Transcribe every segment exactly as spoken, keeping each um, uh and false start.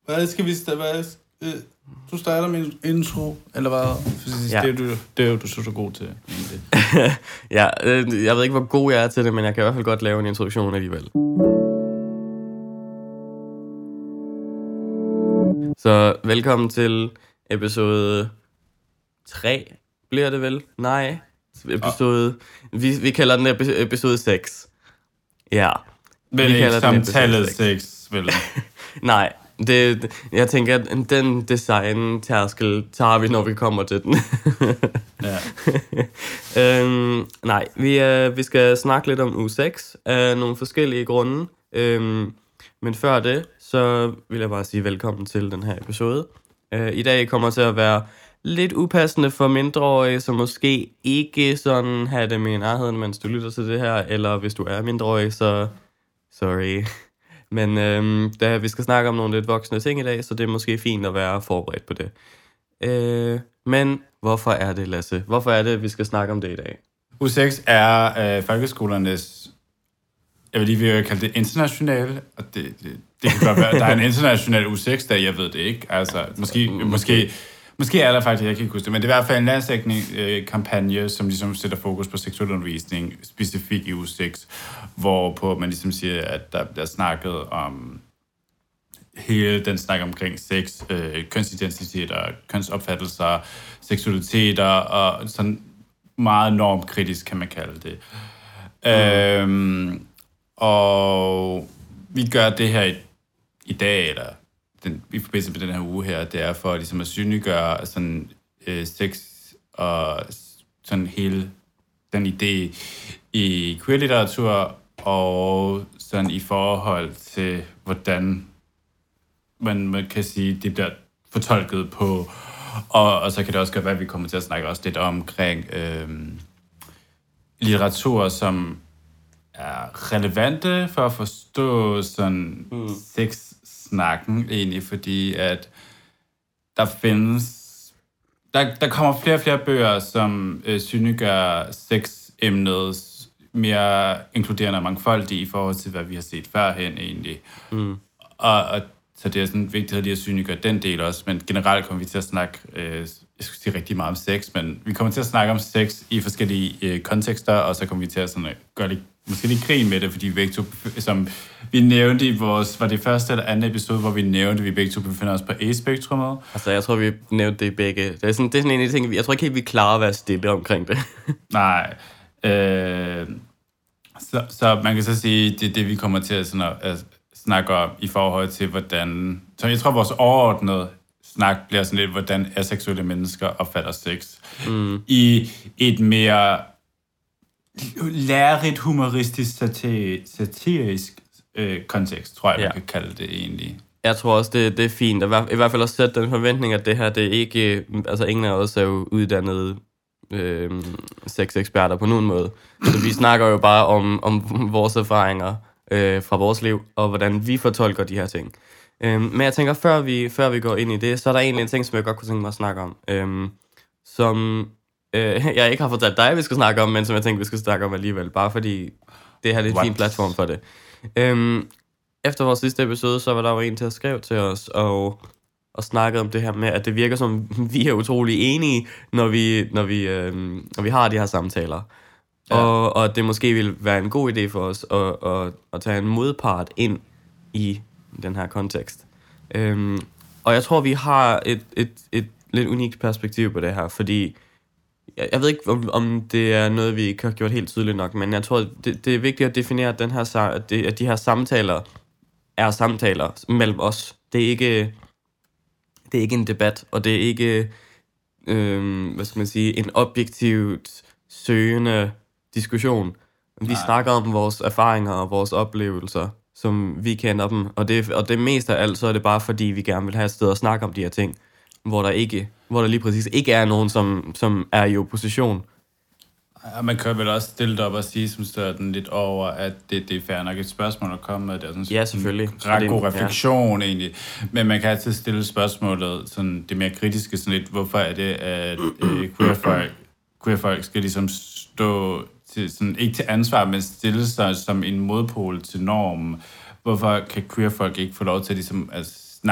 Hvad skal vi starte? Hvad øh, du starter med en intro, eller hvad? Ja. Det, er du, det er jo du så, så god til. Ja, øh, jeg ved ikke, hvor god jeg er til det, men jeg kan i hvert fald godt lave en introduktion alligevel. Så velkommen til episode tre, bliver det vel? Nej, episode... Oh. Vi, vi kalder den epi- episode seks. Ja. Men vi ikke samtallet seks, vel? Nej, det, jeg tænker, at den design-tærskel tager vi, når vi kommer til den. Ja. øhm, nej, vi, øh, vi skal snakke lidt om uge seks af nogle forskellige grunde. Øhm, men før det, så vil jeg bare sige velkommen til den her episode. Øh, I dag kommer til at være lidt upassende for mindreårige, så måske ikke sådan have dem i nærheden, mens du lytter til det her, eller hvis du er mindreårig, så sorry. Men øhm, da vi skal snakke om nogle lidt voksne ting i dag, så det er måske fint at være forberedt på det. Øh, men hvorfor er det, Lasse? Hvorfor er det, at vi skal snakke om det i dag? Uge seks er øh, folkeskolernes, jeg vil lige vil kalde det internationale, og det, det, det kan godt være, der er en international uge seks dag, jeg ved det ikke. Altså, måske, måske, måske er der faktisk, jeg kan ikke huske det, men det er i hvert fald en landsdækkende øh, kampagne, som ligesom sætter fokus på seksualundervisning, specifikt i uge seks, hvorpå man ligesom siger, at der bliver snakket om hele den snak omkring sex, øh, kønsidentiteter, kønsopfattelser, seksualiteter, og sådan meget normkritisk, kan man kalde det. Mm. Øhm, og vi gør det her i, i dag, eller den, i forbindelse med den her uge her, det er for ligesom at synliggøre sådan, øh, sex og sådan hele den idé i queer-litteratur, og sådan i forhold til, hvordan man, man kan sige, det bliver fortolket på, og, og så kan det også godt være, at vi kommer til at snakke også lidt omkring øh, litteratur, som er relevante for at forstå sådan mm. sex-snakken egentlig, fordi at der findes, der, der kommer flere og flere bøger, som øh, synliggør sex-emnet mere inkluderende og mangfoldige i forhold til, hvad vi har set førhen egentlig. Mm. Og, og så det er sådan vigtigt at lige at synliggøre den del også, men generelt kommer vi til at snakke, øh, jeg skulle sige rigtig meget om sex, men vi kommer til at snakke om sex i forskellige øh, kontekster, og så kommer vi til at sådan, øh, gøre lidt, måske lidt grin med det, fordi vi begge to, som vi nævnte i vores, var det første eller anden episode, hvor vi nævnte, at vi begge to befinder os på A-spektrummet. Altså, jeg tror, vi nævnte det i begge. Det er sådan, det er sådan en af de ting, jeg tror ikke helt, vi klarer at være stille omkring det. Nej. Øh, så, så man kan så sige, det er det, vi kommer til at, sådan at, at snakke om i forhold til, hvordan... Så jeg tror, vores overordnede snak bliver sådan lidt, hvordan aseksuelle mennesker opfatter sex. Mm. I et mere lærerigt, humoristisk, satirisk øh, kontekst, tror jeg, ja. Man kan kalde det egentlig. Jeg tror også, det, det er fint. At i hvert fald også sætte den forventning, at det her, det er ikke... Altså, ingen af os er jo uddannede øh, sexeksperter på nogen måde. Så vi snakker jo bare om, om vores erfaringer øh, fra vores liv, og hvordan vi fortolker de her ting. Øh, men jeg tænker, før vi, før vi går ind i det, så er der egentlig en ting, som jeg godt kunne tænke mig at snakke om. Øh, som øh, jeg ikke har fortalt dig, vi skal snakke om, men som jeg tænker, vi skal snakke om alligevel. Bare fordi det her er en fin platform for det. Øh, efter vores sidste episode, så var der jo en til at skrive til os, og... og snakket om det her med, at det virker som, vi er utrolig enige, når vi, når vi, øh, når vi har de her samtaler. Ja. Og, og det måske vil være en god idé for os at, at, at tage en modpart ind i den her kontekst. Øhm, og jeg tror, vi har et, et, et lidt unikt perspektiv på det her, fordi jeg, jeg ved ikke, om, om det er noget, vi ikke har gjort helt tydeligt nok, men jeg tror, det, det er vigtigt at definere, at, den her, at, det, at de her samtaler er samtaler mellem os. Det er ikke... Det er ikke en debat, og det er ikke, øh, hvad skal man sige, en objektivt søgende diskussion. Vi Nej. snakker om vores erfaringer og vores oplevelser, som vi kender dem, og det, og det meste af alt, så er det bare fordi, vi gerne vil have et sted at snakke om de her ting, hvor der ikke, hvor der lige præcis ikke er nogen, som, som er i opposition. Ja, man kan vel også stille det op og sige, som større den lidt over, at det, det er fair nok et spørgsmål at komme med. Det er sådan ja, selvfølgelig. En ret god refleksion ja. egentlig. Men man kan altid stille spørgsmålet, sådan det mere kritiske, sådan lidt, hvorfor er det, at øh, queerfolk, queerfolk skal ligesom stå til, sådan, ikke til ansvar, men stille sig som en modpol til normen. Hvorfor kan queerfolk ikke få lov til ligesom, at snakke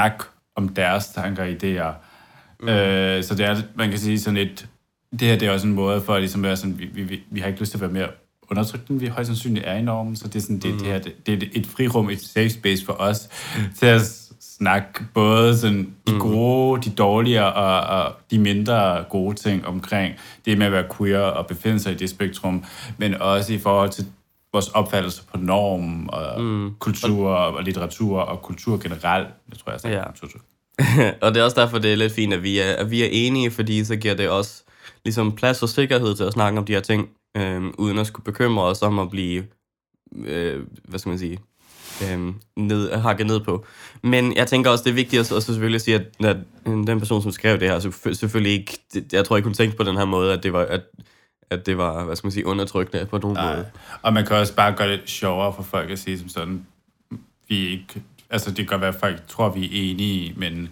om deres tanker og idéer. Mm. Øh, så det er, man kan sige sådan et, det her det er også en måde for at ligesom være sådan, vi, vi, vi har ikke lyst til at være mere undertrykt, end vi højst sandsynligt er i normen, så det er sådan, det, mm. det her, det, det er et frirum, et safe space for os, til at snakke både sådan de gode, de dårlige og, og de mindre gode ting omkring det med at være queer og befinde sig i det spektrum, men også i forhold til vores opfattelse på norm og mm. kultur og litteratur og kultur generelt, jeg tror jeg sagde. Ja. Og det er også derfor, det er lidt fint, at vi er, at vi er enige, fordi så giver det også ligesom plads og sikkerhed til at snakke om de her ting, øh, uden at skulle bekymre os om at blive, øh, hvad skal man sige, øh, ned, hakket ned på. Men jeg tænker også, det er vigtigt at, at selvfølgelig sige, at, at den person, som skrev det her, selvfølgelig ikke, jeg tror ikke, hun tænkte på den her måde, at det var, at, at det var, hvad skal man sige, undertrykkende på nogen måde. Og man kan også bare gøre det sjovere for folk at sige som sådan, vi ikke, altså det kan godt være, at folk tror, vi er enige, men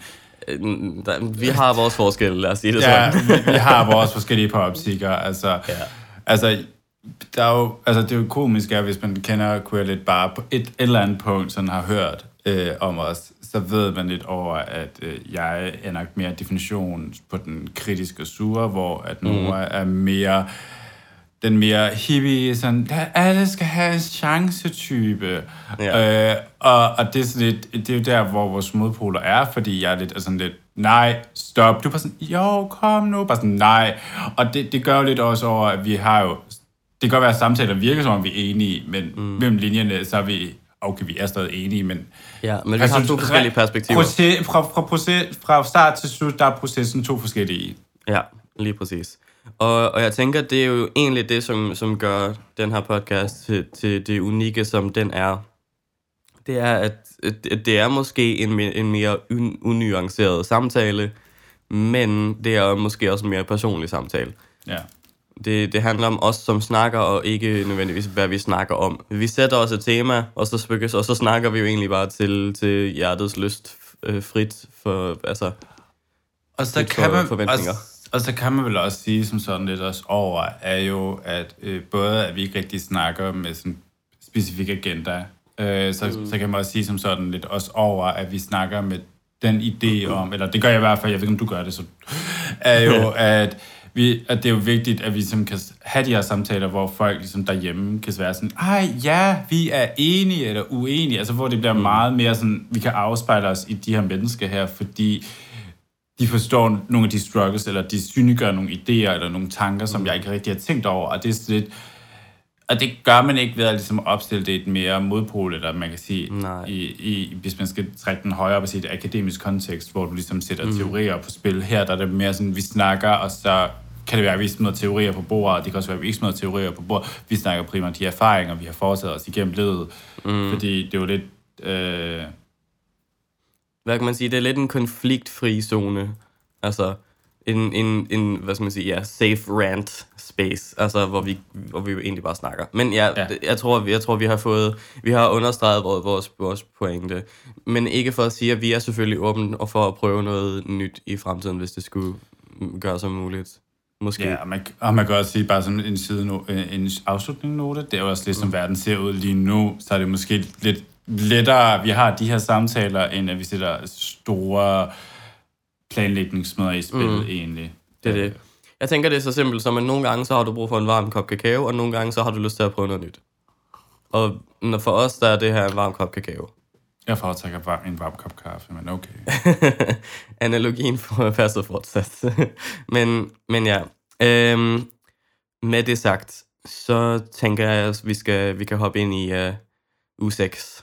vi har vores forskelle, lad os sige det ja, sådan. vi, vi har vores forskellige på optikker, altså, ja. altså, der er jo, altså, det er jo komisk, at hvis man kender queer lidt bare på et, et eller andet punkt, sådan har hørt øh, om os, så ved man lidt over, at øh, jeg er nok mere definition på den kritiske sure, hvor at Nora mm. er mere den mere hippie, sådan, der alle skal have en chance-type. Ja. Øh, og, og det er sådan lidt, det er jo der, hvor vores modpoler er, fordi jeg er lidt sådan lidt, nej, stop. Du er bare sådan, jo, kom nu. Bare sådan, nej. Og det, det gør jo lidt også over, at vi har jo, det kan godt være, at samtaler virker som om, vi er enige, men mm. mellem linjerne, så er vi, okay, vi er stadig enige, men ja, men vi har to forskellige perspektiver. Proces, fra, fra, proces, fra start til slut, der er processen to forskellige. Ja, lige præcis. Og, og jeg tænker, det er jo egentlig det, som, som gør den her podcast til, til det unikke, som den er. Det er, at, at det er måske en, en mere un, unuanceret samtale, men det er måske også en mere personlig samtale. Ja. Det, det handler om os, som snakker, og ikke nødvendigvis, hvad vi snakker om. Vi sætter os et tema, og så, og så snakker vi jo egentlig bare til, til hjertets lyst øh, frit for, altså, og så kan man, forventninger. Og, og så kan man vel også sige, som sådan lidt også over, er jo, at øh, både at vi ikke rigtig snakker med sådan specifik agenda, øh, så, mm. så kan man også sige som sådan lidt også over, at vi snakker med den idé om, eller det gør jeg i hvert fald, jeg ved ikke, om du gør det, så er jo, at Vi, at det er jo vigtigt, at vi ligesom kan have de her samtaler, hvor folk ligesom derhjemme kan være sådan, ej ja, vi er enige eller uenige, altså hvor det bliver mm. meget mere sådan, vi kan afspejle os i de her mennesker her, fordi de forstår nogle af de struggles, eller de synliggør nogle idéer eller nogle tanker, som mm. jeg ikke rigtig har tænkt over, og det er lidt, og det gør man ikke ved at ligesom opstille det et mere modpol, eller man kan sige, i, i, hvis man skal trække den højere op og sige et akademisk kontekst, hvor du ligesom sætter mm. teorier på spil. Her der er det mere sådan, vi snakker, og så kan det være, at vi smider teorier på bordet, og det kan også være, at vi ikke smider teorier på bordet. Vi snakker primært de erfaringer, vi har foretaget os igennem livet, mm. fordi det er jo lidt... Øh... Hvad kan man sige? Det er lidt en konfliktfri zone. Altså... En, en, en, hvad skal man sige, ja, safe rant space, altså hvor vi, hvor vi egentlig bare snakker. Men ja, ja. Jeg, tror, jeg tror, vi har fået, vi har understreget vores, vores pointe, men ikke for at sige, at vi er selvfølgelig åbne og for at prøve noget nyt i fremtiden, hvis det skulle gøre sig muligt. Måske. Ja, og man, og man kan også sige bare sådan en side, en afslutningsnote, det er jo også lidt, som mm. verden ser ud lige nu, så er det måske lidt lettere, vi har de her samtaler, end at vi sætter store planlægningsmøder i spil, mm. egentlig. Det er det. Jeg tænker, det er så simpelt som, at nogle gange, så har du brug for en varm kop kakao, og nogle gange, så har du lyst til at prøve noget nyt. Og for os, der er det her en varm kop kakao. Jeg foretrækker en varm kop kaffe, men okay. Analogien for passer fortsat. men, men ja, øhm, med det sagt, så tænker jeg, at vi, skal, vi kan hoppe ind i uh, uge seks.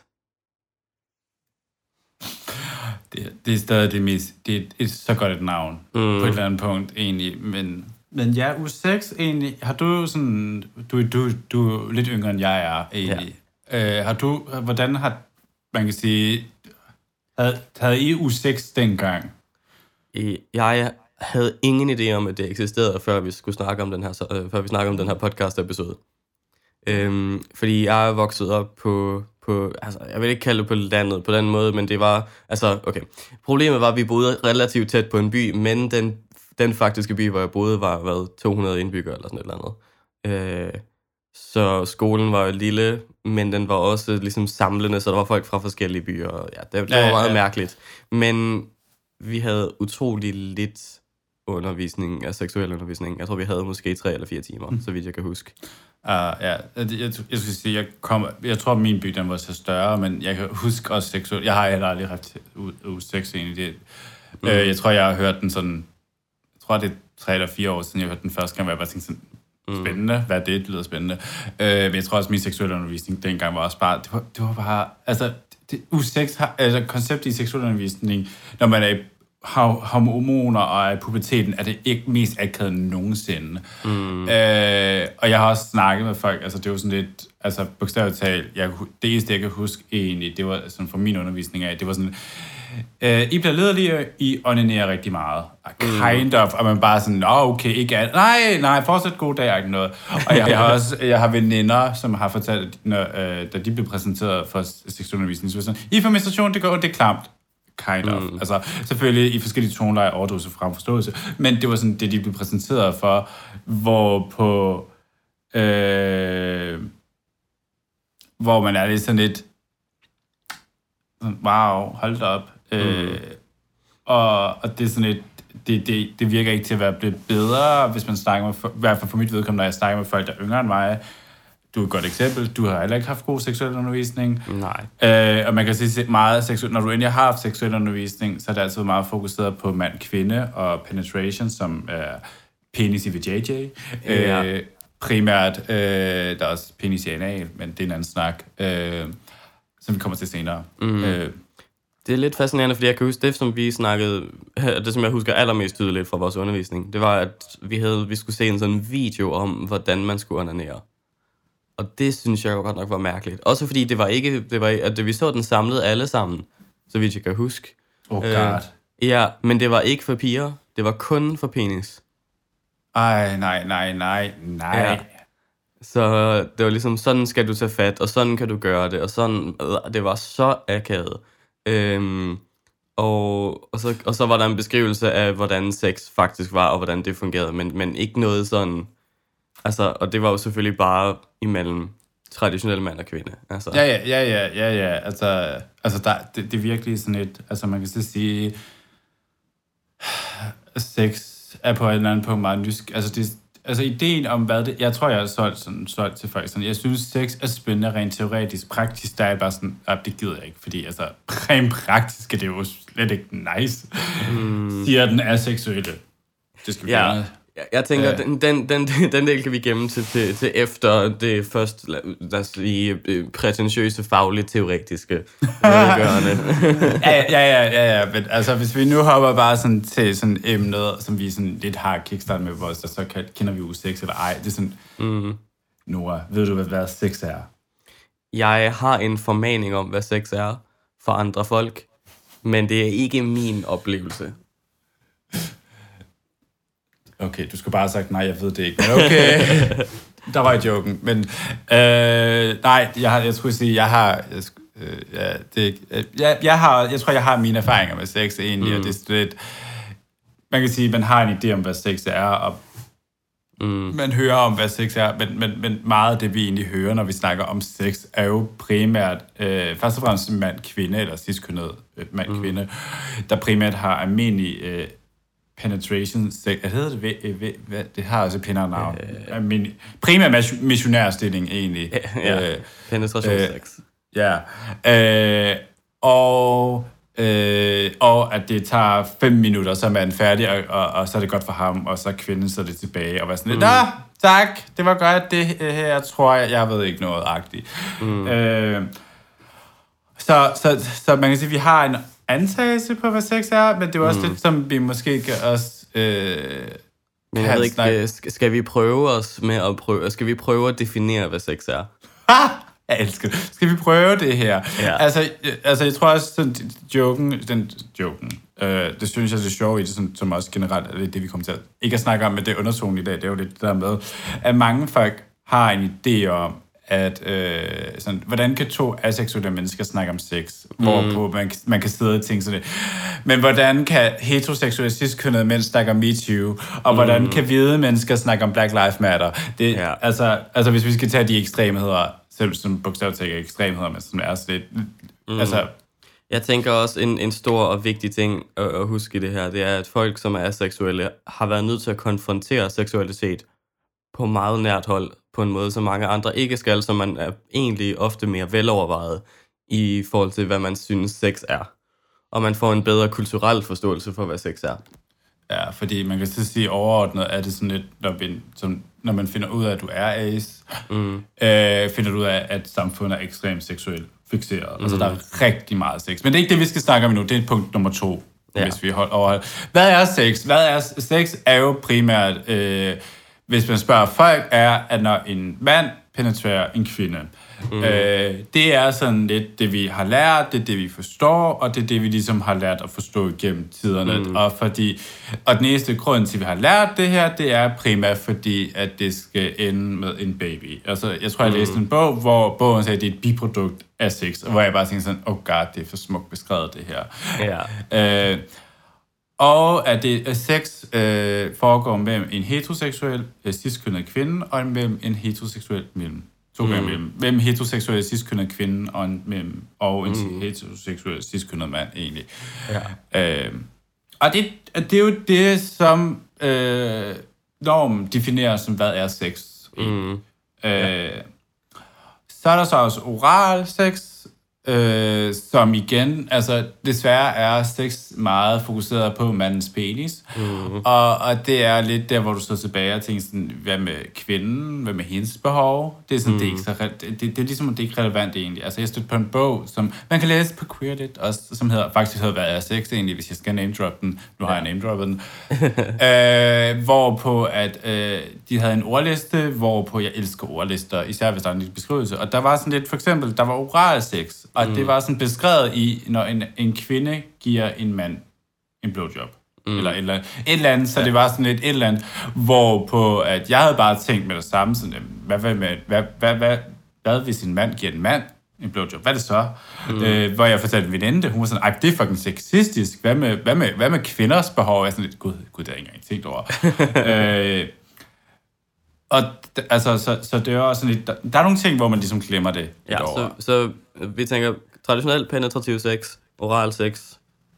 Det, det er stadig det mest, det er et, et så godt et navn, mm. på et eller andet punkt, egentlig. Men, men ja, uge seks, egentlig, har du sådan, du, du, du er lidt yngre, end jeg er, egentlig. Ja. Øh, har du, hvordan har, man kan sige, havde, havde I uge seks dengang? Jeg havde ingen idé om, at det eksisterede, før vi skulle snakke om den her, øh, før vi snakkede om den her podcast-episode. Øhm, fordi jeg er vokset op på... På, altså, jeg vil ikke kalde det på landet på den måde, men det var, altså, okay. Problemet var, at vi boede relativt tæt på en by, men den, den faktiske by, hvor jeg boede, var, hvad, to hundrede indbyggere eller sådan et eller andet. Øh, så skolen var lille, men den var også ligesom samlende, så der var folk fra forskellige byer, og ja, det, det var ja, ja, meget ja. mærkeligt. Men, vi havde utrolig lidt undervisning, af seksuel undervisning. Jeg tror, vi havde måske tre eller fire timer, mm. så vidt jeg kan huske. Uh, ja, jeg, jeg, jeg skal sige, jeg, kom, jeg tror, at min by den var så større, men jeg kan huske også seksuelt. Jeg har heller aldrig haft uge seks egentlig. Det, mm. øh, jeg tror, jeg har hørt den sådan, jeg tror, det er tre eller fire år siden, jeg hørte den første gang, hvor jeg bare tænkte sådan, spændende, hvad det, det lyder spændende. Øh, men jeg tror også, at min seksuelle undervisning dengang var også bare, det var, det var bare, altså, det, uge seks har, altså konceptet i seksuel undervisning, når man er i hormoner og i puberteten, er det ikke mest akavet nogensinde. Mm. Øh, og jeg har også snakket med folk, altså det var sådan lidt, altså bogstaveligt talt, jeg, det eneste, jeg kan huske egentlig, det var sådan fra min undervisning af, det var sådan, øh, I bliver lederlige, I onanerer rigtig meget. Kind of, og man bare sådan, åh, oh, okay, ikke alt. Nej, nej, fortsat god dag, ikke noget. Og jeg, jeg har også, jeg har veninder, som har fortalt, når, øh, da de blev præsenteret for seksualundervisning, så var sådan, I får menstruation, det går, det er klamt. Kind of. Mm. Altså, selvfølgelig i forskellige tonelejer, overdrivelse frem forståelse, men det var sådan det, de blev præsenteret for, hvor på øh, hvor man er lidt sådan lidt wow, hold da op. Mm. Øh, og, og det er sådan lidt, det, det, det virker ikke til at være blevet bedre, hvis man snakker med, i hvert fald for mit vedkommende, når jeg snakker med folk, der er yngre end mig. Du er et godt eksempel. Du har heller ikke haft god seksuel undervisning. Nej. Øh, og man kan sige meget seksuel. Når du endelig har haft seksuel undervisning, så er det altid meget fokuseret på mand-kvinde og penetration, som er penis i V J J. Ja. Øh, primært, øh, der er også penis i anal, men det er en anden snak, øh, som vi kommer til senere. Mm. Øh, det er lidt fascinerende, fordi jeg kan huske det, som vi snakkede, det som jeg husker allermest tydeligt fra vores undervisning, det var, at vi, havde, vi skulle se en sådan video om, hvordan man skulle onanere. Og det synes jeg jo godt nok var mærkeligt. Også fordi det var ikke, det var, at vi så den samlet alle sammen, så vidt jeg kan huske. Oh god. Øh, ja, men det var ikke for piger, det var kun for penis. Ej, nej, nej, nej, nej. Ja. Så det var ligesom, sådan skal du tage fat, og sådan kan du gøre det, og sådan, det var så akavet. Øhm, og, og, så, og så var der en beskrivelse af, hvordan sex faktisk var, og hvordan det fungerede, men, men ikke noget sådan. Altså, og det var jo selvfølgelig bare imellem traditionelle mand og kvinde. Altså. Ja, ja, ja, ja, ja, ja. Altså, altså der, det, det er virkelig sådan et, altså man kan så sige, sex er på et eller andet punkt meget nysk. Altså, det, altså ideen om, hvad det, jeg tror, jeg har solgt, sådan, solgt til folk sådan, jeg synes, sex er spændende rent teoretisk. Praktisk, der er bare sådan, ah, det gider jeg ikke, fordi altså, rent praktisk er det jo slet ikke nice, mm. siger den aseksuelle. Det skal vi ja. gøre. Jeg tænker, øh. den, den, den, den del kan vi gemme til, til, til efter det først, lad os sige, prætentiøse, fagligt, teoretiske medgørende. ja, ja, ja, ja, ja, men altså, hvis vi nu hopper bare sådan til sådan emnet, som vi sådan lidt har kickstart med vores, så kender vi jo sex eller ej. Det er sådan, mm. Nora, ved du, hvad, hvad sex er? Jeg har en formaning om, hvad sex er for andre folk, men det er ikke min oplevelse. Okay, du skulle bare have sagt, nej, jeg ved det ikke. Men okay, der var i joken. Men øh, nej, jeg, har, jeg skulle sige, jeg har... Jeg, øh, ja, det, øh, jeg, jeg, har, jeg tror, jeg har mine erfaringer med sex egentlig, mm. og det er lidt... Man kan sige, man har en idé om, hvad sex er, og mm. man hører om, hvad sex er, men, men, men meget af det, vi egentlig hører, når vi snakker om sex, er jo primært, øh, først og fremmest mand-kvinde, eller cis-kønnet mand-kvinde, mm. der primært har almindelig... Øh, penetration, sex, hvad hedder det? Ved, ved, ved, det har også pænere navn. Øh, Min, primær missionærstilling, egentlig. Ja, øh, penetrationssex. Øh, ja. Øh, og, øh, og at det tager fem minutter, så er man færdig, og, og, og så er det godt for ham, og så er kvinden så det tilbage, og var sådan lidt, mm. Nå, tak, det var godt, det her tror jeg, jeg ved ikke noget agtigt. Mm. Øh, så, så, så man kan sige, at vi har en antagelse på, hvad sex er, men det er også mm. det, som vi måske kan også... Øh, men jeg ved ikke, skal, skal vi prøve os med at prøve... Skal vi prøve at definere, hvad sex er? Ah! Jeg elsker det. Skal vi prøve det her? Ja. Altså, altså, jeg tror også, sådan, joken... Den, joken, øh, det synes jeg er sjovt i det, sådan, som også generelt er det, det, vi kommer til at... Ikke at snakke om, men det er undertonen i dag, det er jo lidt det der med, at mange folk har en idé om, at øh, sådan, hvordan kan to aseksuelle mennesker snakke om sex, mm. hvorpå man, man kan sidde og tænke sådan det. Men hvordan kan heteroseksuelle cis-kønnede mænd snakke om MeToo, og mm. hvordan kan hvide mennesker snakke om Black Lives Matter? Det, ja. altså, altså, hvis vi skal tage de ekstremheder, selv som bogstaveligt ikke er ekstremheder, men som er sådan lidt, mm. altså... Jeg tænker også, en, en stor og vigtig ting at, at huske i det her, det er, at folk, som er aseksuelle, har været nødt til at konfrontere seksualitet på meget nært hold, på en måde, som mange andre ikke skal, så man er egentlig ofte mere velovervejet i forhold til, hvad man synes sex er. Og man får en bedre kulturel forståelse for, hvad sex er. Ja, fordi man kan så sige overordnet, er det sådan lidt, når, vi, som, når man finder ud af, at du er ace, mm. øh, finder du ud af, at samfundet er ekstremt seksuelt fixeret. Mm. Altså, der er rigtig meget sex. Men det er ikke det, vi skal snakke om nu. Det er punkt nummer to, ja. Hvis vi holder over. Hvad er sex? Hvad er sex? Er jo primært, øh, hvis man spørger folk, er, at når en mand penetrerer en kvinde, mm. øh, det er sådan lidt det, vi har lært, det er det, vi forstår, og det er det, vi ligesom har lært at forstå igennem tiderne. Mm. Og, fordi, og den eneste grund til, at vi har lært det her, det er primært fordi, at det skal ende med en baby. Altså, jeg tror, jeg læste mm. en bog, hvor bogen sagde, at det er et biprodukt af sex, og hvor jeg bare tænkte sådan, oh god, det er for smukt beskrevet, det her. Ja. Øh, og at det at sex øh, foregår mellem en heteroseksuel, øh, cis-kønnet kvinde, og mellem en heteroseksuel mellem. To mm. mellem, mellem heteroseksuel cis-kønnet kvinde og en, mellem, og en mm. heteroseksuel cis-kønnet mand, egentlig. Ja. Øh, og det, det er jo det, som øh, normen definerer som, hvad er sex. Mm. Øh, ja. Så er der så også oral sex, Øh, som igen, altså desværre er sex meget fokuseret på mandens penis, mm. og, og det er lidt der, hvor du står tilbage og tænker sådan, hvad med kvinden, hvad med hendes behov, det er sådan, mm. det er ikke så, det, det, det er ligesom, det er ikke relevant egentlig. Altså jeg stødte på en bog, som man kan læse på Queerlit, også, som hedder, faktisk hedder, hvad er sex egentlig, hvis jeg skal name-droppe den, nu har ja. jeg name-droppet den, øh, hvorpå at øh, de havde en ordliste, hvorpå jeg elsker ordlister, især hvis der er en lille beskrivelse, og der var sådan lidt, for eksempel, der var oral sex, og mm. det var sådan beskrevet i, når en, en kvinde giver en mand en blowjob. Mm. Eller et eller, andet, et eller andet, så ja. det var sådan lidt et eller andet, hvorpå at jeg havde bare tænkt med det samme, sådan, hvad, hvad, hvad, hvad, hvad, hvad, hvad hvis en mand giver en mand en blowjob? Hvad er det så? Mm. Øh, hvor jeg fortalte en veninde det, hun var sådan, ej, det er fucking sexistisk. Hvad med, hvad med, hvad med kvinders behov? Jeg er sådan lidt, gud, gud, det har jeg ikke engang tænkt over. øh, Og altså, så, så det er også sådan lidt, der, der er nogle ting, hvor man ligesom glemmer det. Ja, så, så vi tænker traditionelt penetrativ sex, oral sex,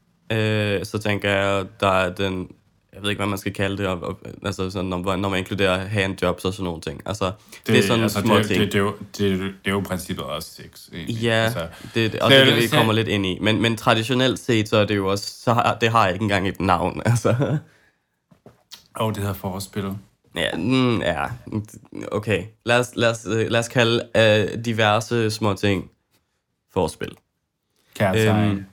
øh, så tænker jeg, der er den, jeg ved ikke, hvad man skal kalde det, og, og, altså sådan, når, når man inkluderer handjobs og sådan nogle ting. Altså, det, det er sådan altså, små det, ting. Det, det, det, det, det er jo princippet også sex, egentlig. Ja, altså, det, og det, det, det vi kommer lidt ind i. Men, men traditionelt set, så er det jo også, så har, det har ikke engang et navn, altså. Åh, oh, det hedder forspillet. Ja, mm, ja, okay. Lad os, lad os, lad os kalde uh, diverse små ting forspil. Kærtegn. Øhm,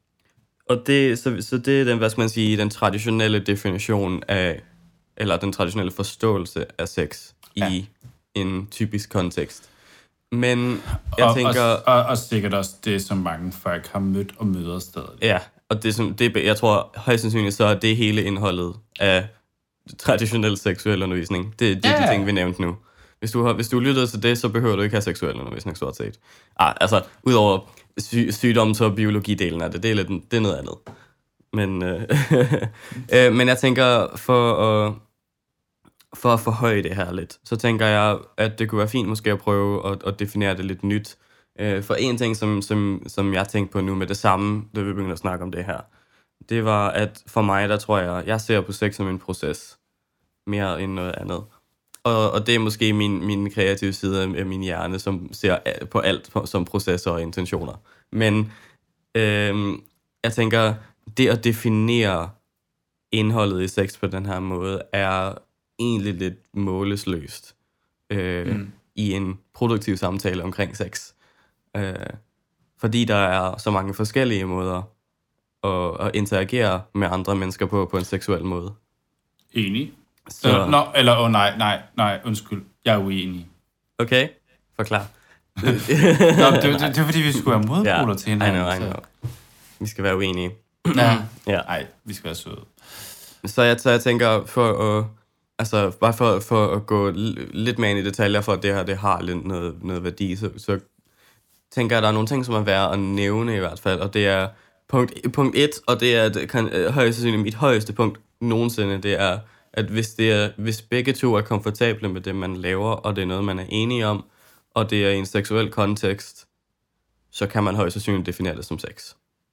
og det, så, så det er den, hvad skal man sige, den traditionelle definition af, eller den traditionelle forståelse af sex ja. i en typisk kontekst. Men jeg og, tænker... Og, og, og sikkert også det, som mange folk har mødt og møder stadig. Ja, og det, som, det, jeg tror højst sandsynligt, så er det hele indholdet af traditionel seksuel undervisning. Det, det er yeah. de ting, vi nævnte nu. Hvis du har, hvis du lytter til det, så behøver du ikke have seksuel undervisning, stort set. Ah, altså, udover sy- sygdoms- og biologidelen af det, det er, lidt, det er noget andet. Men, øh, øh, men jeg tænker, for at, for at forhøje det her lidt, så tænker jeg, at det kunne være fint måske at prøve at, at definere det lidt nyt. Øh, for en ting, som, som, som jeg tænkte på nu med det samme, da vi begyndte at snakke om det her, det var, at for mig, der tror jeg, jeg ser på sex som en proces, mere end noget andet. Og, og det er måske min, min kreative side af min hjerne, som ser på alt som processer og intentioner. Men øhm, jeg tænker, det at definere indholdet i sex på den her måde, er egentlig lidt målesløst øh, mm. i en produktiv samtale omkring sex. Øh, fordi der er så mange forskellige måder at, at interagere med andre mennesker på, på en seksuel måde. Enig. Så... Øh, no, eller, åh oh, nej, nej, nej, undskyld, jeg er uenig. Okay, forklar. Nå, det, det, det, det er fordi, vi skulle være modpoler ja, til hinanden. I know, I know. Vi skal være uenige. Ja, ja. Nej, vi skal være søde. Så jeg, så jeg tænker, for at, altså, bare for, for at gå lidt mere ind i detaljer, for at det her det har lidt noget, noget værdi, så, så tænker jeg, at der er nogle ting, som er værd at nævne i hvert fald, og det er punkt, punkt et, og det er det kan, højst sandsynligt mit højeste punkt nogensinde, det er, at hvis, det er, hvis begge to er komfortable med det, man laver, og det er noget, man er enige om, og det er i en seksuel kontekst, så kan man højst sandsynligt definere det som sex.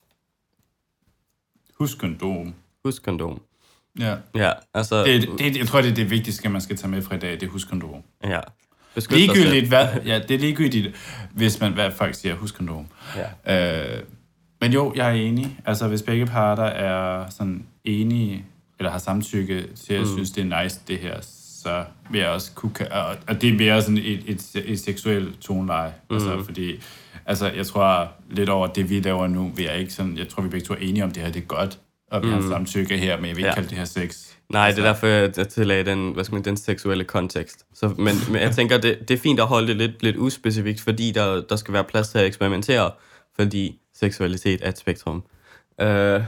Husk kondom. Husk kondom. Ja. Ja, altså... Det, det, jeg tror, det er det vigtigste, man skal tage med fra i dag, det er husk kondom. Ja. Ligegyldigt, hvad, ja, det er ligegyldigt, hvis man, hvad folk siger, husk kondom. Ja. Øh, men jo, jeg er enig. Altså, hvis begge parter er sådan enige, eller har samtykke til at mm. synes, det er nice, det her, så vil jeg også kunne... Og, og det er mere sådan et, et, et, et seksuelt toneleje. Mm. Altså, fordi... Altså, jeg tror lidt over det, vi laver nu, vi er ikke sådan... Jeg tror, vi begge to er enige om, det her det er godt, og vi mm. har samtykke her, men jeg vil ikke ja. kalde det her sex. Nej, altså. Det er derfor, jeg tillagde den, hvad skal man, den seksuelle kontekst. Så, men, men jeg tænker, det, det er fint at holde det lidt, lidt uspecifikt, fordi der, der skal være plads til at eksperimentere, fordi seksualitet er et spektrum. Uh, ja.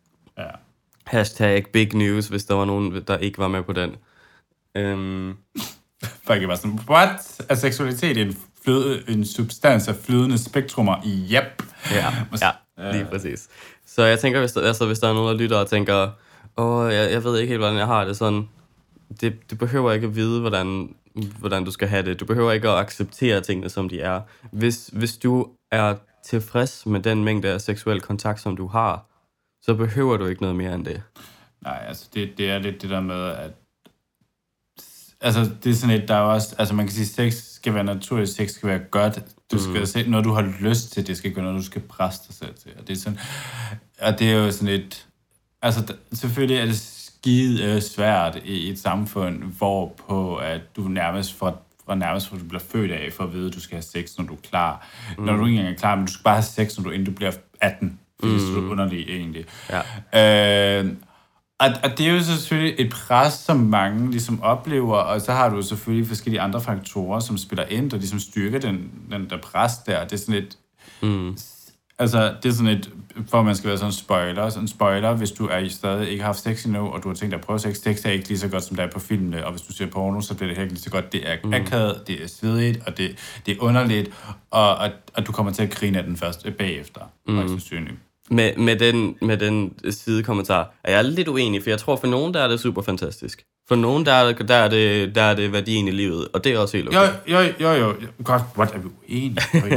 Hashtag big news, hvis der var nogen, der ikke var med på den. Um, Folk er bare sådan, what? Er seksualitet en, fløde, en substans af flydende spektrummer? Yep. Ja, ja, lige præcis. Så jeg tænker, hvis der, altså, hvis der er nogen, der lytter og tænker, åh, jeg, jeg ved ikke helt, hvordan jeg har det sådan, det, det behøver ikke at vide, hvordan, hvordan du skal have det. Du behøver ikke at acceptere tingene, som de er. Hvis, hvis du er tilfreds med den mængde af seksuel kontakt, som du har, så behøver du ikke noget mere end det. Nej, altså det, det er lidt det der med, at altså, det er sådan et, der er også... Altså, man kan sige, sex skal være naturligt, sex skal være godt. Du skal mm. se, når du har lyst til, det skal gøre noget, du skal presse dig selv til. Og det er sådan... Og det er jo sådan et... Altså, der, selvfølgelig er det skide svært i et samfund, hvorpå at du nærmest får... fra nærmest, hvor du bliver født af, for at vide, at du skal have sex, når du er klar. Mm. Når du ikke engang er klar, men du skal bare have sex, når du, inden du bliver atten. Fordi mm. det er underligt, egentlig. Ja. Øh, Og, og det er jo selvfølgelig et pres, som mange ligesom oplever, og så har du selvfølgelig forskellige andre faktorer, som spiller ind, der ligesom styrker den, den der pres der. Det er sådan et... Mm. Altså, det er sådan et... For at man skal være sådan en spoiler. Sådan en spoiler, hvis du er i stadig ikke har haft sex endnu, og du har tænkt dig at prøve sex. Sex er ikke lige så godt, som det er på filmene, og hvis du ser porno, så bliver det helt lige så godt. Det er mm. akavet, det er svedigt, og det, det er underligt, og, og, og du kommer til at grine af den først bagefter. Mm. Med, med, den, med den sidekommentar er jeg lidt uenig, for jeg tror, for nogen, der er det super fantastisk. For nogen, der er, der er, det, der er det værdien i livet, og det er også helt okay. Jo, jo, jo, jo. God, what er vi uenige?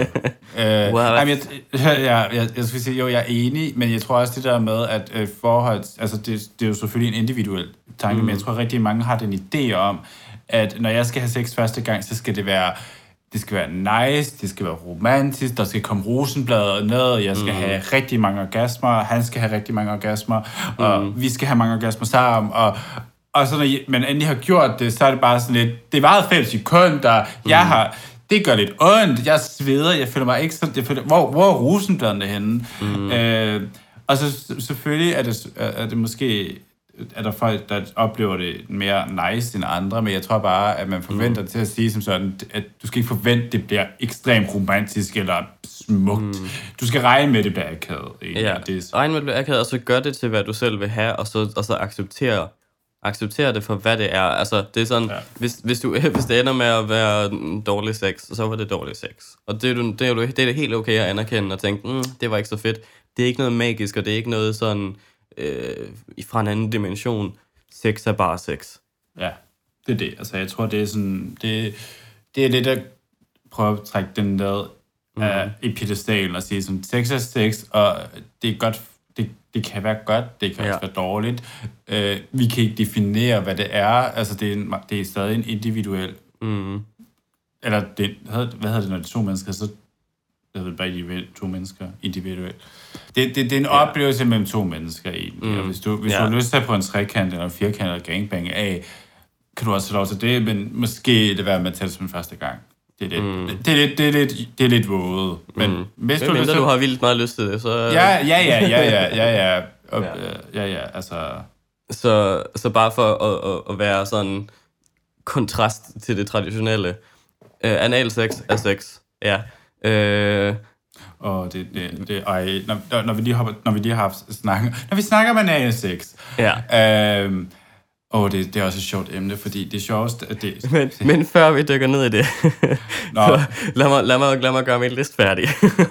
uh, well, jeg, jeg, jeg, jeg, jeg skal sige, jo, jeg er enig, men jeg tror også det der med, at uh, forhold, altså det, det er jo selvfølgelig en individuel tanke, mm. men jeg tror rigtig mange har den idé om, at når jeg skal have sex første gang, så skal det være... Det skal være nice, det skal være romantisk, der skal komme rosenblader ned, jeg skal mm. have rigtig mange orgasmer, han skal have rigtig mange orgasmer, mm. og vi skal have mange orgasmer sammen, og, og så når man endelig har gjort det, så er det bare sådan lidt, det varede fem sekunder, mm. jeg har, det gør lidt ondt, jeg sveder, jeg føler mig ikke sådan, jeg føler, hvor, hvor er rosenbladene henne? Mm. Øh, og så selvfølgelig er det, er det måske... er der folk, der oplever det mere nice end andre, men jeg tror bare, at man forventer mm. til at sige som sådan, at du skal ikke forvente, at det bliver ekstremt romantisk eller smukt. Mm. Du skal regne med, at det bliver akavet. Ja, det regne med, at det bliver akavet, og så gør det til, hvad du selv vil have, og så, og så acceptere, acceptere det for, hvad det er. Altså, det er sådan, ja. hvis, hvis, du, hvis det ender med at være dårlig sex, så var det dårlig sex. Og det er, du, det er, du, det er helt okay at anerkende og tænke, mm, det var ikke så fedt. Det er ikke noget magisk, og det er ikke noget sådan... Øh, fra en anden dimension. Sex er bare sex. Ja, det er det. Altså, jeg tror, det er sådan... Det, det er lidt at prøve at trække den der mm. uh, i pedestalen og sige, som sex er sex, og det er godt... Det, det kan være godt, det kan ja. også være dårligt. Uh, vi kan ikke definere, hvad det er. Altså, det er, en, det er stadig en individuel... Mm. Eller, det, hvad hedder det, når det er to mennesker, så... Jeg ved bare individuelt, to mennesker individuelt. Det, det, det er en ja. oplevelse mellem to mennesker egentlig. Mm. Og hvis du, hvis ja. du har lyst til at på en trekant eller en firkant eller gangbang af, kan du også få lov til det, men måske det være med at tage det som første gang. Det er lidt, mm. det, det er lidt, det er lidt, det er lidt våget. Men mm. hvis du, mindre, du har vildt meget lyst til det, så... Ja, ja, ja, ja, ja, ja, ja. Og, ja. ja, ja, altså... Så, så bare for at, at, at være sådan kontrast til det traditionelle. Uh, anal sex er sex, ja. Øh... Og det, det, det ej, når, når, vi lige har, når vi lige har haft snakken, når vi snakker om anal sex, ja. øhm, og det, det er også et sjovt emne, fordi det er sjovest, at det... Men, men før vi dykker ned i det, så lad mig, lad, mig, lad mig gøre min liste færdig.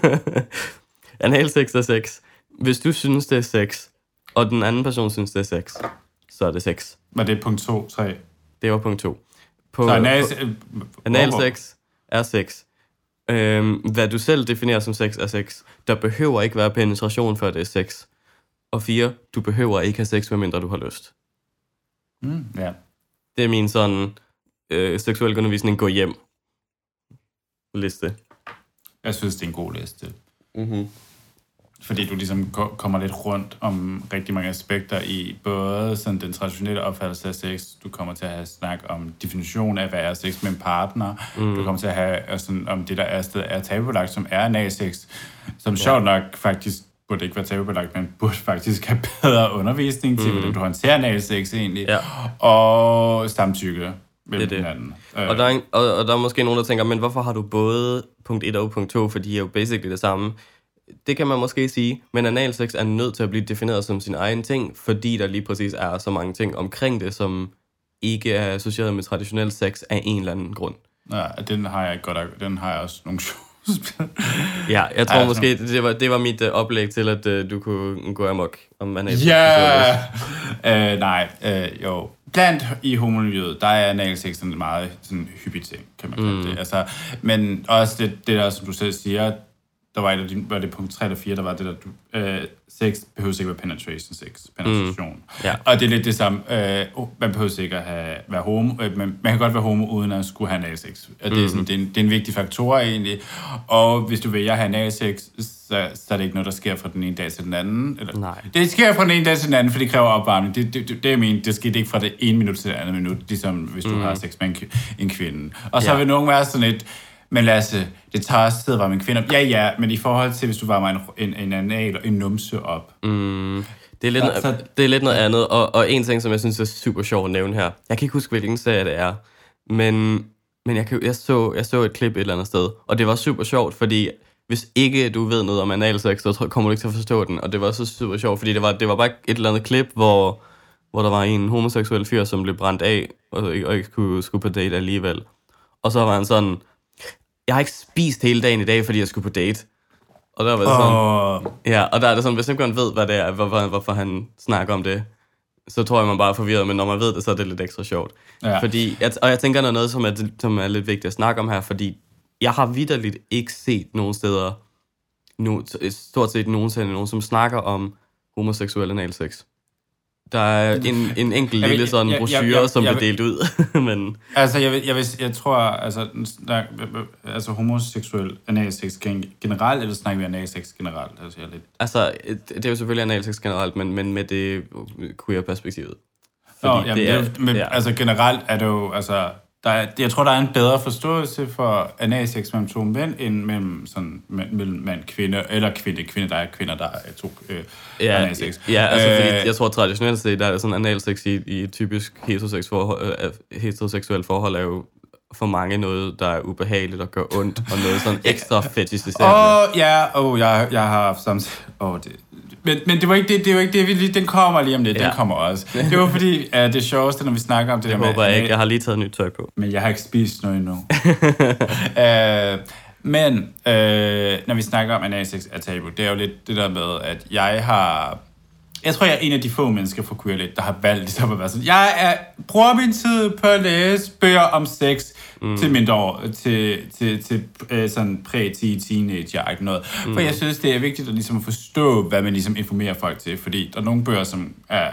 Anal sex er sex. Hvis du synes, det er sex, og den anden person synes, det er sex, så er det sex. Var det punkt to, tre? Det var punkt to. På, så anal, på, anal sex er sex. Øhm, hvad du selv definerer som sex er sex. Der behøver ikke være penetration, før det er sex. Og fire, du behøver ikke have sex, medmindre du har lyst. Mm, ja. Det er min sådan øh, seksuel undervisning gå hjem liste. Jeg synes, det er en god liste. Mm-hmm. Fordi du ligesom kommer lidt rundt om rigtig mange aspekter i både sådan den traditionelle opfattelse af sex. Du kommer til at have snak om definition af, hvad er sex med en partner. Mm. Du kommer til at have sådan, om det, der er sted er tabubelagt, som er analsex. Som ja. sjovt nok faktisk burde ikke være tabubelagt, men burde faktisk have bedre undervisning til, mm. hvordan du håndterer analsex egentlig. Ja. Og samtykke mellem det er det. hinanden. Og der, er, og, og der er måske nogen, der tænker, men hvorfor har du både punkt et og punkt to, for de er jo basically det samme. Det kan man måske sige, men analsex er nødt til at blive defineret som sin egen ting, fordi der lige præcis er så mange ting omkring det, som ikke er associeret med traditionel sex af en eller anden grund. Ja, den har jeg godt, den har jeg også nogle Ja, jeg tror altså, måske, det var, det var mit uh, oplæg til, at uh, du kunne gå amok om analsex. Ja, yeah. uh, nej, uh, jo. Blandt i homomiljøet, der er analsex en meget sådan, hyppig ting, kan man kalde mm. det. Altså, men også det, det der, som du selv siger, der var, et, var det punkt tre eller fire, der var det der, du, øh, sex behøver ikke være penetration sex, penetration. Mm. Ja. Og det er lidt det samme, øh, man behøver ikke at have, være homo, øh, man, man kan godt være homo, uden at skulle have analsex. Og det er, sådan, det, er en, det er en vigtig faktor egentlig. Og hvis du vælger at have analsex, så, så er det ikke noget, der sker fra den ene dag til den anden. Eller, Nej. Det sker fra den ene dag til den anden, for det kræver opvarmning. Det, det, det, det, jeg mener, det sker ikke fra det ene minut til det andet minut, ligesom hvis du mm. har sex med en, en kvinde. Og så ja. vil nogen være sådan et, men Lasse, det tager også tid at varme en kvinde op. Ja, ja, men i forhold til, hvis du varmer en, en, en anal og en numse op. Mm, det, er lidt, så, så, det er lidt noget andet. Og, og en ting, som jeg synes er super sjovt at nævne her. Jeg kan ikke huske, hvilken serie det er. Men, men jeg, kan, jeg, så, jeg så et klip et eller andet sted. Og det var super sjovt, fordi hvis ikke du ved noget om analsex, så kommer du ikke til at forstå den. Og det var så super sjovt, fordi det var, det var bare et eller andet klip, hvor, hvor der var en homoseksuel fyr, som blev brændt af, og ikke, og ikke skulle, skulle på date alligevel. Og så var han sådan... Jeg har ikke spist hele dagen i dag, fordi jeg skulle på date. Og der var det sådan... Oh. Ja, og der er det sådan, hvis ikke man ved, hvad det er, hvorfor, hvorfor han snakker om det, så tror jeg, man bare er forvirret, men når man ved det, så er det lidt ekstra sjovt. Ja. Fordi, og jeg tænker, der er noget, som er, som er lidt vigtigt at snakke om her, fordi jeg har vitterligt ikke set nogen steder, no, stort set nogensinde, nogen, som snakker om homoseksuel analsex. Der er en, en enkelt lille vil, sådan brochure, som bliver delt ud. Men... Altså, jeg, vil, jeg, vil, jeg tror, altså, der, altså homoseksuel analsex generelt, eller snakker vi analsex generelt? Altså, jeg lidt... altså, det er jo selvfølgelig analsex generelt, men, men med det queer-perspektivet. Nå, jamen, det er, det, men ja. altså, generelt er det jo, altså... Der er, jeg tror, der er en bedre forståelse for analsex mellem to mænd, end mellem, sådan, mellem mand og kvinde, eller kvinde, kvinde, der er kvinder, der er to øh, ja, analsex. Ja, altså, øh, fordi jeg tror traditionelt set, der er sådan analsex i, i typisk heterosex forhold, øh, heteroseksuelt forhold, er jo for mange noget, der er ubehageligt og gør ondt, og noget sådan ekstra fetishiserende. Åh, oh, ja, oh, jeg, jeg har haft samtidig... Oh, det, men, men det var ikke det, det var ikke det, vi lige, den kommer lige om lidt, ja. Den kommer også. Det var fordi, uh, det sjoveste, når vi snakker om det, det der med... Det håber jeg ikke, jeg har lige taget nyt tøj på. Men jeg har ikke spist noget endnu. uh, men, uh, når vi snakker om analsex er tabu, det er jo lidt det der med, at jeg har... Jeg tror, jeg er en af de få mennesker fra Queerlet, der har valgt ligesom at være sådan, jeg er, bruger min tid på at læse bøger om sex mm. til mindre år, til, til, til øh, sådan præ-teenager, noget. Mm. For jeg synes, det er vigtigt at, ligesom at forstå, hvad man ligesom informerer folk til, fordi der er nogle bøger, som er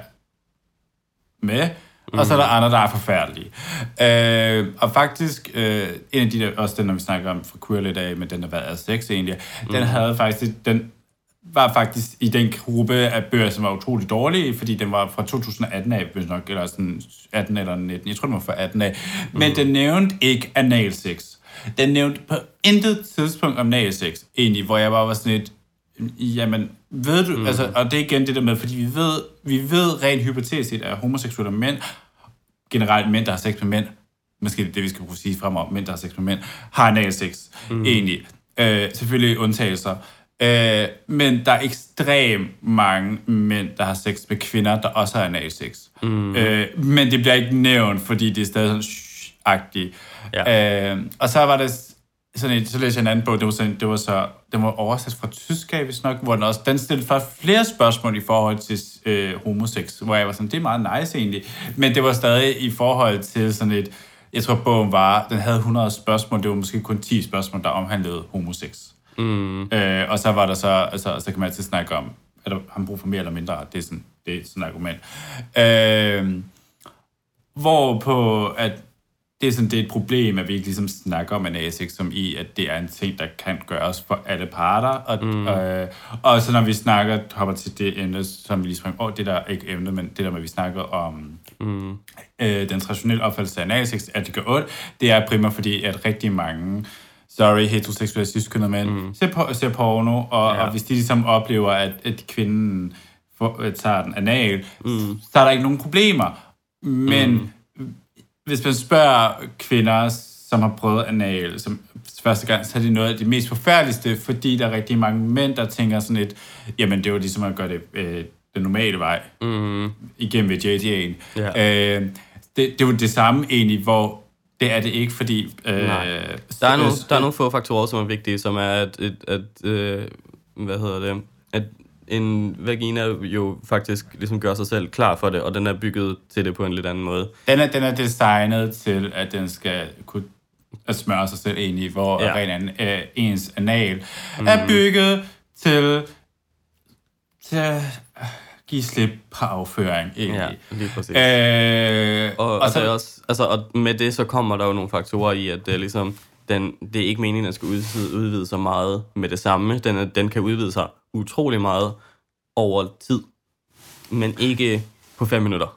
med, mm. og så er der andre, der er forfærdelige. Øh, og faktisk, øh, en af de der, også den, når vi snakker om fra Queerlet af, med den der, hvad er sex egentlig, mm. den havde faktisk, den var faktisk i den gruppe af bøger, som var utrolig dårlige, fordi den var fra to tusind atten af, hvis nok, eller sådan atten eller nitten, jeg tror, den var fra atten af, men mm. den nævnte ikke analsex. Den nævnte på intet tidspunkt om analsex, egentlig, hvor jeg bare var sådan et, jamen, ved du, mm. altså, og det er igen det der med, fordi vi ved, vi ved rent hypotetisk, at homoseksuelle mænd, generelt mænd, der har sex med mænd, måske det er det, vi skal kunne sige fremover, mænd, der har sex med mænd, har analsex, mm. egentlig. Øh, selvfølgelig undtagelser. Øh, men der er ekstremt mange mænd, der har sex med kvinder, der også har analsex. Mm. Øh, men det bliver ikke nævnt, fordi det er stadig sådan shh-agtigt. Ja. Øh, og så var det sådan et, så læste jeg en anden bog, det var, sådan, det var så, den var oversat fra tysk, hvis nok, hvor den også, den stillede faktisk flere spørgsmål i forhold til øh, homosex, hvor jeg var sådan, det er meget nice egentlig, men det var stadig i forhold til sådan et, jeg tror bogen var, den havde hundrede spørgsmål, det var måske kun ti spørgsmål, der omhandlede homosex. Mm. Øh, og så var der så, altså, så kan man altid snakke om, eller har man brug for mere eller mindre? Det er sådan, det er sådan et argument. Øh, hvor på, at det er sådan, det er et problem, at vi ikke ligesom snakker om analsex som i, at det er en ting, der kan gøres for alle parter. Og, mm. øh, og så når vi snakker, hopper til det emne, som vi lige sprang over, det der ikke emne, men det der med, at vi snakker om mm. øh, den traditionelle opfattelse af analsex, at det gør ondt, det er primært fordi, at rigtig mange, sorry, heteroseksuelle cis-kønnede mænd, mm. ser, på, ser porno, og, ja. og hvis de ligesom oplever, at, at kvinden får, tager den anal, mm. så er der ikke nogen problemer. Men mm. hvis man spørger kvinder, som har prøvet anal som første gang, så er det noget af det mest forfærdeligste, fordi der er rigtig mange mænd, der tænker sådan et, jamen det var ligesom at gøre det øh, den normale vej, mm. igennem ved J D A'en. Yeah. Øh, det, det er jo det samme egentlig, hvor det er det ikke, fordi... Øh, der, er nogle, der er nogle få faktorer, som er vigtige, som er, at, at, at øh, hvad hedder det, at en vagina jo faktisk ligesom gør sig selv klar for det, og den er bygget til det på en lidt anden måde. Den er, den er designet til, at den skal kunne at smøre sig selv ind i, hvor ja. ren øh, ens anal mm. er bygget til, til at give slip på afføring, egentlig. Ja, lige præcis. Øh, og, og, og, så, det er også, altså, og med det så kommer der jo nogle faktorer i, at det er ligesom, den, det er ikke meningen, at den skal udvide, udvide sig meget med det samme. Den, er, den kan udvide sig utrolig meget over tid, men ikke på fem minutter.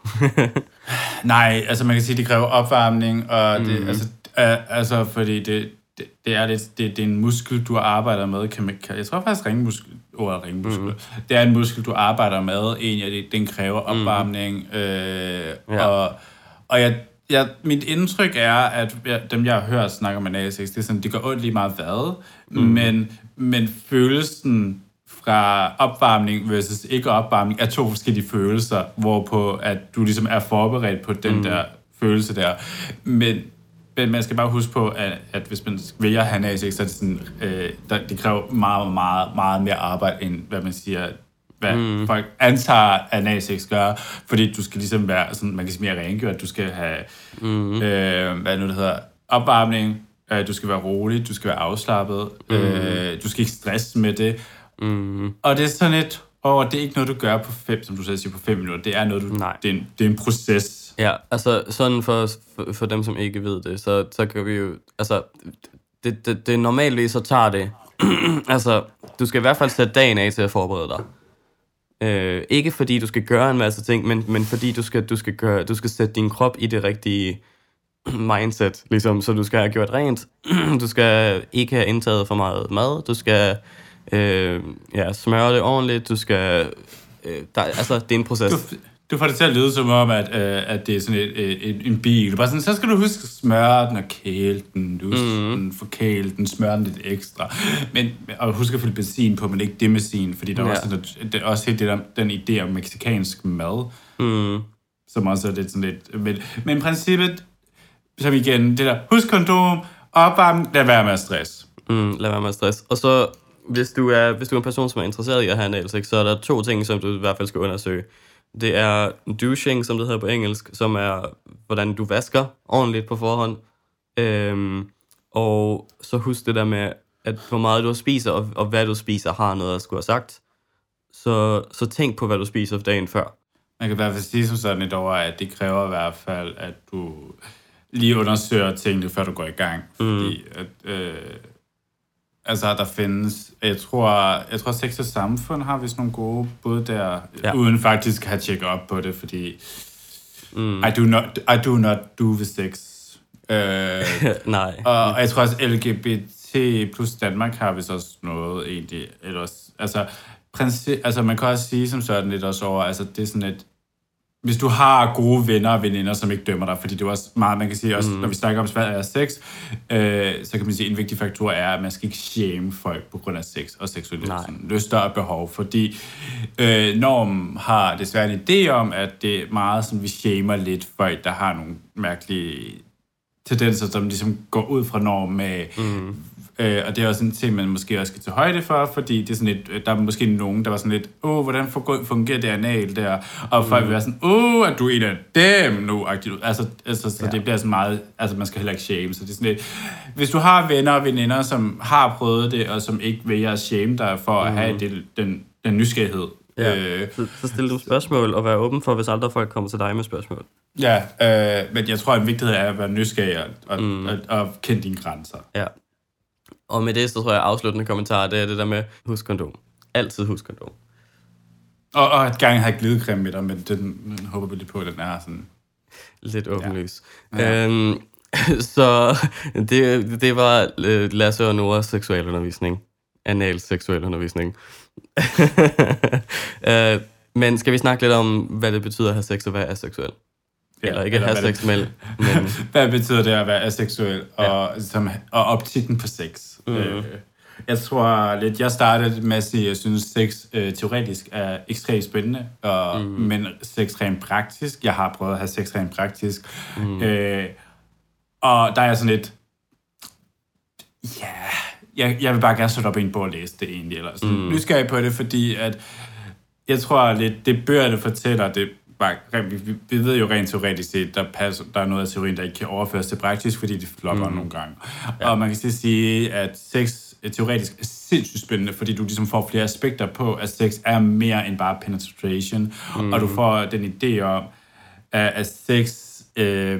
Nej, altså man kan sige, at det kræver opvarmning, og det, mm-hmm. altså, øh, altså fordi det, det, det er lidt, det, det er en muskel, du arbejder med. Kan man, kan, jeg tror faktisk ringmuskel, ordet ringmuskel. Mm-hmm. Det er en muskel, du arbejder med. Egentlig, det, den kræver opvarmning, mm-hmm. øh, ja. og, og jeg Ja, mit indtryk er, at jeg, dem, jeg har hørt snakke om analsex, det er sådan, det går ondt lige meget hvad, mm. men, men følelsen fra opvarmning versus ikke opvarmning er to forskellige følelser, hvorpå at du ligesom er forberedt på den mm. der følelse der. Men, men man skal bare huske på, at, at hvis man vælger at have analsex, så er det sådan, øh, der, det kræver meget, meget, meget mere arbejde, end hvad man siger, hvad mm. folk antager, at analsex gør, fordi du skal ligesom være sådan, man kan sige mere rengjort, du skal have, mm. øh, hvad nu det hedder, opvarmning, øh, du skal være rolig, du skal være afslappet, mm. øh, du skal ikke stresse med det, mm. og det er sådan et, og det er ikke noget, du gør på fem, som du selv siger, på fem minutter, det er noget, du, det er, en, det er en proces. Ja, altså sådan for, for, for dem, som ikke ved det, så, så kan vi jo, altså, det, det, det normalt så tager det, altså, du skal i hvert fald sætte dagen af til at forberede dig. Øh, ikke fordi du skal gøre en masse ting, men, men fordi du skal, du, skal gøre, du skal sætte din krop i det rigtige mindset, ligesom, så du skal have gjort rent, du skal ikke have indtaget for meget mad, du skal øh, ja, smøre det ordentligt, du skal, øh, der, altså det er en proces. Du, du får det til at lyde som om, at, øh, at det er sådan et, et, en bil. Bare sådan, så skal du huske at smøre den og kæle den, du mm. forkæle den, smøre den lidt ekstra. Men, og husk at fylde benzin på, men ikke det benzin, fordi der ja. er også, det er også helt det der, den idé om mexicansk mad, mm. som også er lidt sådan lidt... Men, men princippet, som igen, det der, husk kondom, opvarmning, lad være med at stress. Mm, lad være med at stress. Og så, hvis du, er, hvis du er en person, som er interesseret i at have analsex, så er der to ting, som du i hvert fald skal undersøge. Det er douching, som det hedder på engelsk, som er, hvordan du vasker ordentligt på forhånd. Øhm, og så husk det der med, at hvor meget du spiser, og, og hvad du spiser, har noget at skulle have sagt. Så, så tænk på, hvad du spiser dagen før. Man kan i hvert fald sige som sådan et år, at det kræver i hvert fald, at du lige undersøger tingene, før du går i gang. Mm. Fordi at... Øh Altså, der findes, jeg tror, jeg tror Sex og Samfund har vist nogle gode bud der, ja. uden faktisk at have tjekket op på det, fordi mm. I, do not, I do not do the sex. Øh, Nej. Og, og jeg tror også, L G B T plus Danmark har vist også noget egentlig, ellers, altså, princi- altså, man kan også sige som sådan lidt også over, altså, det er sådan et, hvis du har gode venner og veninder, som ikke dømmer dig, fordi det er også meget, man kan sige, også mm. når vi snakker om svært af sex, øh, så kan man sige, at en vigtig faktor er, at man skal ikke shame folk på grund af sex og seksuelle lyster og behov, fordi øh, normen har desværre en idé om, at det er meget som vi shamer lidt folk, der har nogle mærkelige tendenser, som ligesom går ud fra normen med, mm. Øh, og det er også en ting, man måske også skal tage højde for, fordi det er sådan lidt, der er måske nogen, der var sådan lidt, åh, hvordan fungerer det anal der? Og mm. folk vil være sådan, åh, at du er en af dem nu. Altså, altså så ja. det bliver sådan meget, altså man skal heller ikke shame. Så det er sådan lidt, hvis du har venner og veninder, som har prøvet det, og som ikke vælger at shame dig for mm. at have det, den, den nysgerrighed Ja, øh, så, så stille dem spørgsmål, og være åben for, hvis andre folk kommer til dig med spørgsmål. Ja, øh, men jeg tror, at en vigtighed er at være nysgerrig og, og, mm. og, og kende dine grænser. Ja. Og med det, så tror jeg, at afsluttende kommentar, det er det der med, husk kondom. Altid husk kondom. Og, og et gang har jeg glidecreme med dig, men den, den håber vi lidt på, at den er sådan... Lidt åbenlys. Ja. Ja. Øhm, så det, det var øh, Lasse og Noras seksualundervisning. Anal seksualundervisning. øh, men skal vi snakke lidt om, hvad det betyder at have sex og være aseksuel? Ja, eller ikke eller have sex, med, men... Hvad betyder det at være aseksuel og, ja. som, og optikken på sex? Mm. Øh, jeg tror lidt, jeg startede med at sige, at jeg synes, sex øh, teoretisk er ekstremt spændende, og, mm. men sex rent praktisk. Jeg har prøvet at have sex rent praktisk. Mm. Øh, og der er jeg sådan lidt... Ja... Jeg, jeg vil bare gerne sætte op i en bog og læse det egentlig, eller sådan mm. nysgerrig på det, fordi at jeg tror lidt, det bøgerne fortæller, det bare, vi, vi ved jo rent teoretisk set, der, passer, der er noget af teorien, der ikke kan overføres til praktisk, fordi det flopper mm. nogle gange. Ja. Og man kan sige, at sex teoretisk er sindssygt spændende, fordi du ligesom får flere aspekter på, at sex er mere end bare penetration, mm. og du får den idé om, at sex øh,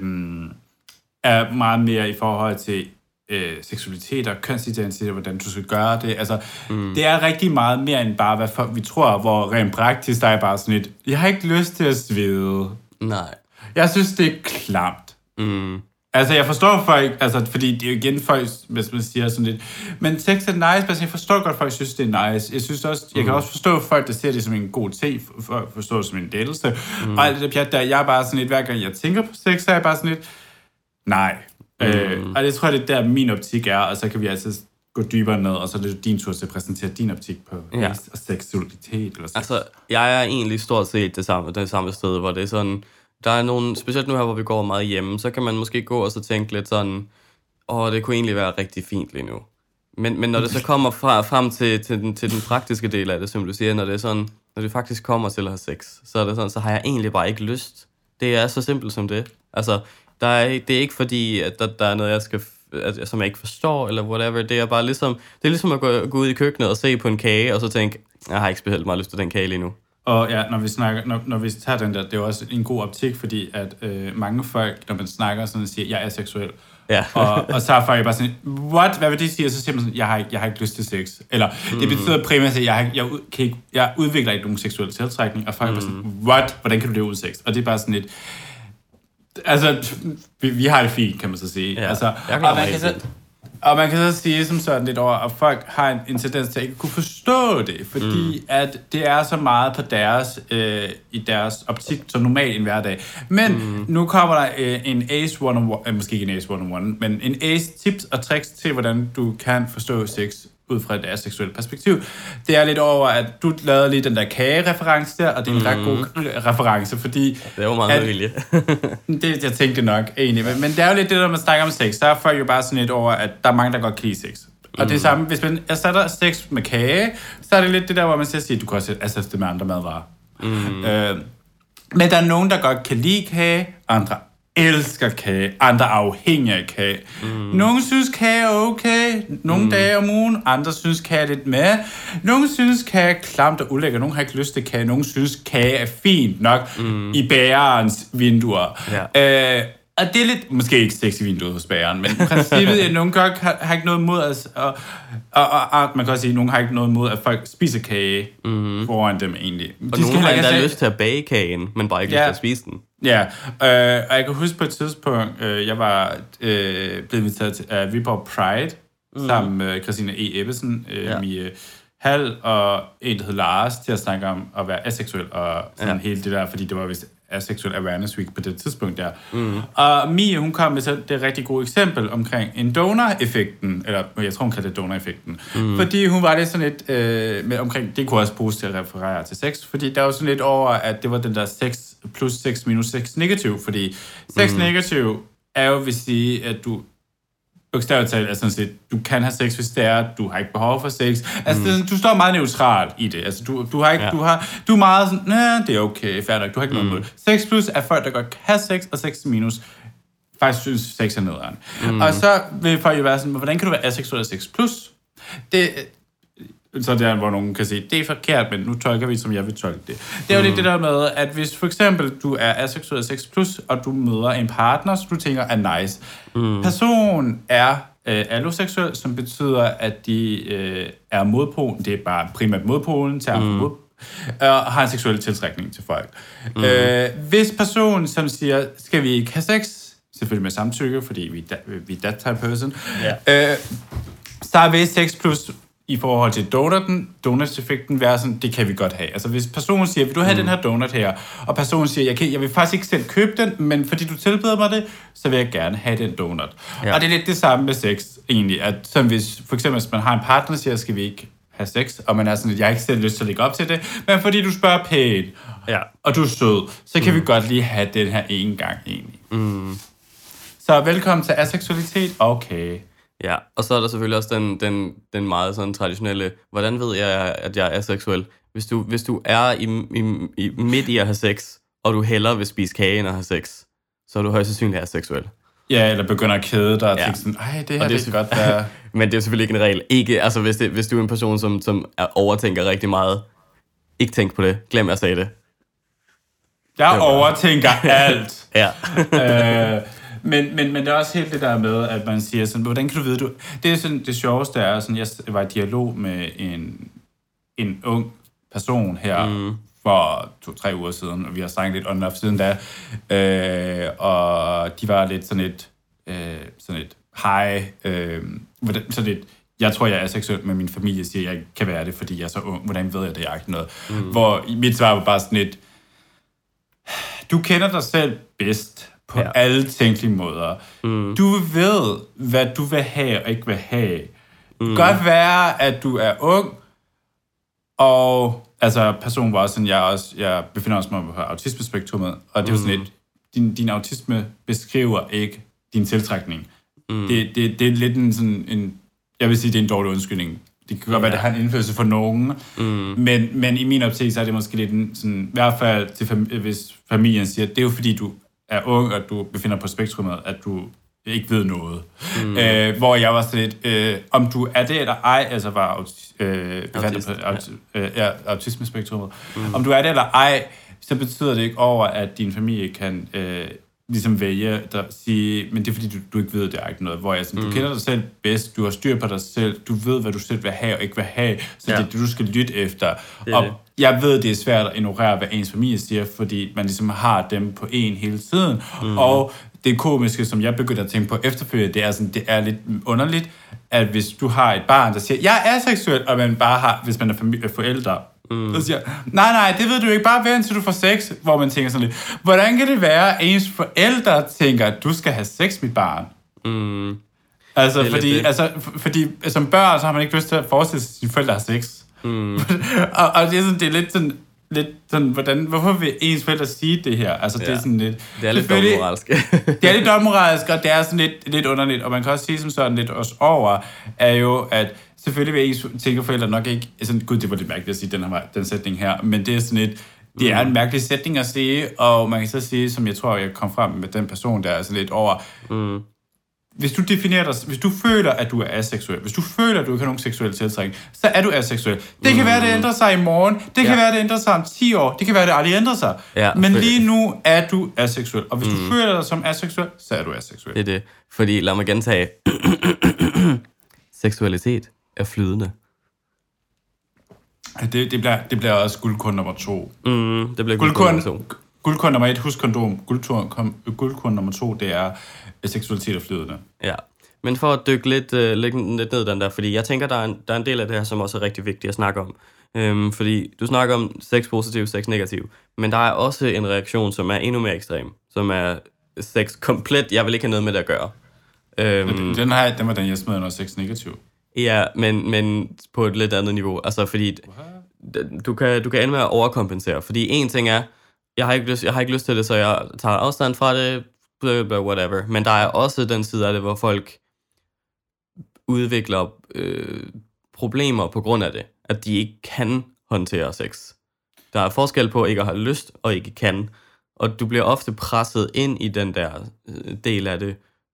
er meget mere i forhold til Øh, seksualitet og kønsidentitet, hvordan du skal gøre det. Altså, mm. det er rigtig meget mere end bare, hvad folk, vi tror, hvor rent praktisk, der er bare sådan et, jeg har ikke lyst til at svede. Nej. Jeg synes, det er klamt. Mm. Altså, jeg forstår folk, altså, fordi det er jo igen folk, hvis man siger sådan lidt, men sex er nice, altså, jeg forstår godt, folk synes, det er nice. Jeg synes også, jeg mm. kan også forstå folk, der ser det som en god ting, for at forstå det som en lettelse. Mm. Og alt det der pjat der, jeg er bare sådan lidt, hver gang jeg tænker på sex, så er jeg bare sådan lidt, nej. Mm. Øh, og det tror jeg, det er der min optik er, og så kan vi altså gå dybere ned, og så er det din tur til at præsentere din optik på ja. og seksualitet. Eller sex. Altså, jeg er egentlig stort set det samme, det samme sted, hvor det er sådan, der er nogle, specielt nu her, hvor vi går meget hjemme, så kan man måske gå og så tænke lidt sådan, åh, det kunne egentlig være rigtig fint lige nu. Men, men når det så kommer fra, frem til, til, den, til den praktiske del af det, som du siger, når det er sådan, når det faktisk kommer til at have sex, så er det sådan, så har jeg egentlig bare ikke lyst. Det er så simpelt som det. Altså, Der er, det er ikke fordi, at der, der er noget, jeg skal, at, som jeg ikke forstår, eller whatever. Det er bare ligesom, det er ligesom at gå, gå ud i køkkenet og se på en kage, og så tænke, jeg har ikke specielt meget lyst til den kage lige nu. Og ja, når vi, snakker, når, når vi tager den der, det er også en god optik, fordi at øh, mange folk, når man snakker sådan, siger, jeg er seksuel. Ja. og, og så er folk bare sådan, what? Hvad vil det sige? Og så siger man sådan, jeg har ikke, jeg har ikke lyst til sex. Eller mm. det betyder primært, at jeg, har, jeg, kan ikke, jeg udvikler ikke nogen seksuel tiltrækning, og folk mm. er bare sådan, what? Hvordan kan du leve uden sex? Og det er bare sådan et... Altså, vi, vi har det fint, kan man så sige. Ja, altså, jeg og, man kan så, og man kan så sige som sådan lidt over, at folk har en, en tendens til at ikke kunne forstå det, fordi mm. at det er så meget på deres, øh, i deres optik, så normalt en hverdag. Men mm. nu kommer der øh, en Ace one on one, øh, måske ikke en Ace one on one, men en Ace tips og tricks til, hvordan du kan forstå sex ud fra et aseksuelt perspektiv. Det er lidt over, at du lavede lige den der kage-reference der, og det er en mm. ret god reference, fordi... Det er jo meget med vilje. det, jeg tænkte nok, egentlig. Men, men det er jo lidt det, når man snakker om sex. Der er folk jo bare sådan lidt over, at der er mange, der godt kan lide sex. Og mm. det er samme, hvis man erstatter sex med kage, så er det lidt det der, hvor man siger, at du kan også erstatte det med andre madvarer. Mm. Øh, men der er nogen, der godt kan lide kage, andre elsker kage, andre er afhængige af kage. Mm. Nogle synes kage er okay, nogle mm. dage om ugen, andre synes kage er lidt med. Nogle synes kage er klamt og ulækker, nogle har ikke lyst til kage, nogle synes kage er fint nok mm. i bagerens vinduer. Ja. Øh, og det er lidt, måske ikke sexy vinduet hos bageren, men princippet er, at nogle godt har, har ikke noget mod at, og, og, og, og man kan også sige, at nogle har ikke noget mod, at folk spiser kage mm. foran dem egentlig. Og de nogle har endda lyst til at bage kagen, men bare ikke ja. lyst til at spise den. Ja, øh, og jeg kan huske på et tidspunkt, øh, jeg var øh, blevet inviteret til uh, Viborg Pride, mm. sammen med Christina E. Ebbesen, øh, ja. Mie Hall og en, der hed Lars, til at snakke om at være aseksuel, og sådan ja. hele det der, fordi det var vist Asexual Awareness Week på det tidspunkt der. Mm. Og Mie, hun kom med så det rigtig gode eksempel omkring en donor-effekten, eller jeg tror, hun kaldte det donor-effekten, mm. fordi hun var det sådan lidt øh, med omkring, det kunne også bruges til at referere til sex, fordi der var sådan lidt over, at det var den der sex plus sex minus sex negativ, fordi sex mm. negativ er jo, vil sige, at du bogstaveligt talt er sådan set, du kan have sex, hvis det er, du har ikke behov for sex. Altså, mm. det, du står meget neutral i det. Altså, du, du har ikke, ja. du har, du er meget sådan, nej, det er okay, fair nok, du har ikke mm. noget mod. sex plus er folk, der godt kan have sex, og sex minus faktisk synes, sex er nederen. Mm. Og så vil folk jo være sådan, hvordan kan du være aseksuel og sex plus? Det, så der, hvor nogen kan sige, det er forkert, men nu tolker vi, som jeg vil tolke det. Det er jo mm. lidt det der med, at hvis for eksempel du er aseksuel seks plus, og du møder en partner, som du tænker er nice. Mm. Personen er øh, alloseksuel, som betyder, at de øh, er modpolen. Det er bare primært modpolen til mm. mod, og har en seksuel tiltrækning til folk. Mm. Øh, hvis personen, som siger, skal vi ikke have sex, selvfølgelig med samtykke, fordi vi er vi that type person, yeah. øh, så vil seks plus i forhold til donutten, donut-effekten være sådan, det kan vi godt have. Altså hvis personen siger, vil du have mm. den her donut her, og personen siger, jeg, kan, jeg vil faktisk ikke selv købe den, men fordi du tilbyder mig det, så vil jeg gerne have den donut. Ja. Og det er lidt det samme med sex, egentlig. At, som hvis, for eksempel, hvis man har en partner, der siger, skal vi ikke have sex, og man er sådan, at jeg har ikke selv lyst til at lægge op til det, men fordi du spørger pænt, ja. og du er sød, så kan mm. vi godt lige have den her en gang egentlig. Mm. Så velkommen til aseksualitet. Okay. Ja, og så er der selvfølgelig også den, den, den meget sådan traditionelle, hvordan ved jeg, at jeg er aseksuel? Hvis du, hvis du er i, i, i, midt i at have sex, og du hellere vil spise kage end at have sex, så er du højst sandsynligt aseksuel. Ja, eller begynder at kede dig og tænke sådan, ej, det her det er godt der. Men det er selvfølgelig ikke en regel. Ikke, altså hvis, det, hvis du er en person, som, som er, overtænker rigtig meget, ikke tænk på det. Glem, at jeg sagde det. Jeg det overtænker alt. Ja. øh, men, men, men det er også helt det der med, at man siger sådan, hvordan kan du vide, du... Det er sådan, det sjoveste er, sådan, jeg var i dialog med en, en ung person her, mm. for to-tre uger siden, og vi har snakket lidt on off siden da, øh, og de var lidt sådan et, øh, sådan et, hej, øh, sådan et, jeg tror, jeg er seksuel, men min familie siger, at jeg ikke kan være det, fordi jeg er så ung. Hvordan ved jeg det? Jeg er ikke noget. Mm. Hvor mit svar var bare sådan et, du kender dig selv bedst på ja. alle tænkelige måder. Mm. Du ved, hvad du vil have og ikke vil have. Mm. Det kan godt være, at du er ung, og altså, personen var også sådan, jeg, også, jeg befinder også mig på autismespektrummet, og det er jo sådan et, din, din autisme beskriver ikke din tiltrækning. Mm. Det, det, det er lidt en sådan en, jeg vil sige, det er en dårlig undskyldning. Det kan godt være, at det har en indflydelse for nogen, mm. men, men i min optik, så er det måske lidt en, sådan, i hvert fald, til fam- hvis familien siger, det er jo fordi, du er ung, og du befinder på spektrummet, at du ikke ved noget. Mm. Øh, hvor jeg var sådan lidt, øh, om du er det eller ej, altså var autis- øh, Autist, på aut- ja. Øh, ja, autismespektrummet, mm. om du er det eller ej, så betyder det ikke over, at din familie kan øh, ligesom vælge at sige, men det er fordi, du, du ikke ved, det er ikke noget, hvor jeg sådan, mm. du kender dig selv bedst, du har styr på dig selv, du ved, hvad du selv vil have og ikke vil have, så ja. det er det, du skal lytte efter. Det og det. Jeg ved, det er svært at ignorere, hvad ens familie siger, fordi man ligesom har dem på en hele tiden, mm. og det komiske, som jeg begyndte at tænke på efterfølgende, det er sådan, det er lidt underligt, at hvis du har et barn, der siger, jeg er seksuel, og man bare har, hvis man er familie, forældre, mm. så siger, nej, nej, det ved du ikke, bare vent til du får sex, hvor man tænker sådan lidt, hvordan kan det være, at ens forældre tænker, at du skal have sex, mit barn? Mm. Altså, fordi, altså, fordi som børn, så har man ikke lyst til at forestille sig, at sine forældre har sex. Mm. og, og det er sådan, det er lidt sådan, lidt sådan, hvordan, hvorfor vil ens forældre sige det her? Altså, ja. det er sådan lidt... Det er lidt dobbeltmoralsk. det er lidt dobbeltmoralsk, og det er sådan lidt, lidt underligt, og man kan også sige som sådan lidt også over, er jo, at selvfølgelig vil ens tænke forældre nok ikke... Sådan, gud, det var lidt mærkeligt at sige, den, her, den sætning her, men det er sådan lidt... Det er en mærkelig sætning at sige, og man kan så sige, som jeg tror, jeg kom frem med den person, der er sådan lidt over... Mm. Hvis du definerer dig, hvis du føler, at du er aseksuel, hvis du føler, at du ikke har nogen seksuel tiltrækning, så er du aseksuel. Det kan mm. være, det ændrer sig i morgen. Det kan ja. være, det ændrer sig om ti år. Det kan være, det aldrig ændrer sig. Ja, men for... lige nu er du aseksuel. Og hvis mm. du føler dig som aseksuel, så er du aseksuel. Det er det. Fordi, lad mig gentage. Seksualitet er flydende. Det, det, bliver, det bliver også guldkorn nummer to. Mm, det bliver guldkorn nummer to. Guldkorn nummer et, husk kondom. Guldkorn nummer to, det er seksualitet og flydende. Ja, men for at dykke lidt, uh, lidt, lidt ned den der, fordi jeg tænker, der er, en, der er en del af det her, som også er rigtig vigtigt at snakke om. Øhm, fordi du snakker om sex positiv, sex negativ, men der er også en reaktion, som er endnu mere ekstrem, som er sex komplet, jeg vil ikke have noget med det at gøre. Øhm, den, her, den var den, jeg smed under sex negativ. Ja, men, men på et lidt andet niveau. Altså, fordi du kan, du kan ende med at overkompensere, fordi en ting er, jeg har ikke lyst, jeg har ikke lyst til det, så jeg tager afstand fra det, whatever. Men der er også den side af det, hvor folk udvikler øh, problemer på grund af det. At de ikke kan håndtere sex. Der er forskel på ikke at have lyst og ikke kan. Og du bliver ofte presset ind i den der øh, del af det,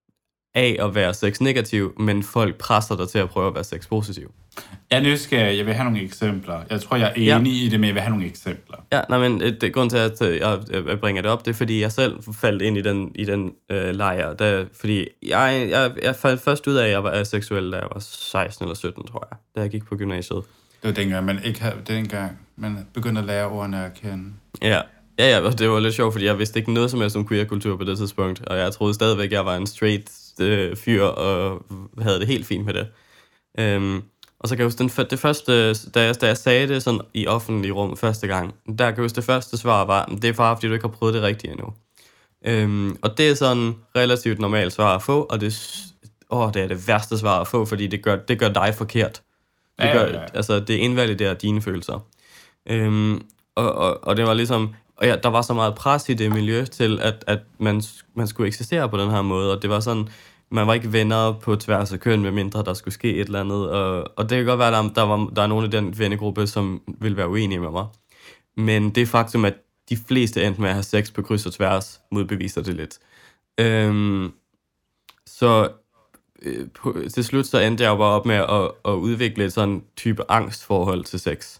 af at være sex-negativ, men folk presser dig til at prøve at være sex-positiv. Jeg er nysgerrig. Jeg vil have nogle eksempler. Jeg tror, jeg er enig ja. i det, men jeg vil have nogle eksempler. Ja, nej, men det, grund til, at jeg, jeg bringer det op, det er, fordi jeg selv faldt ind i den, i den øh, lejr. Der, fordi jeg, jeg, jeg faldt først ud af, at jeg var aseksuel, da jeg var seksten eller sytten, tror jeg, da jeg gik på gymnasiet. Det var dengang, man ikke havde, dengang, man begyndte at lære ordene at kende. Ja. Ja, ja, det var lidt sjovt, fordi jeg vidste ikke noget som helst om queer-kultur på det tidspunkt, og jeg troede stadigvæk, at jeg var en straight øh, fyr, og havde det helt fint med det. Øhm, og så kan jeg huske, den, det første, da jeg, da jeg sagde det sådan i offentlige rum første gang, der kan jeg huske, det første svar var, det er bare, fordi du ikke har prøvet det rigtigt endnu. Øhm, og det er sådan relativt normalt svar at få, og det, åh, det er det værste svar at få, fordi det gør, det gør dig forkert. Det, gør, ja, ja, ja. Altså, det invaliderer dine følelser. Øhm, og, og, og det var ligesom... Og ja, der var så meget pres i det miljø til, at, at man, man skulle eksistere på den her måde, og det var sådan, man var ikke venner på tværs af køn, medmindre der skulle ske et eller andet, og, og det kan godt være, at der, der, var, der er nogen i den vennegruppe, som vil være uenige med mig. Men det faktum, at de fleste endte med at have sex på kryds og tværs, modbeviser det lidt. Øhm, så øh, på, til slut så endte jeg jo bare op med at, at udvikle et sådan type angstforhold til sex.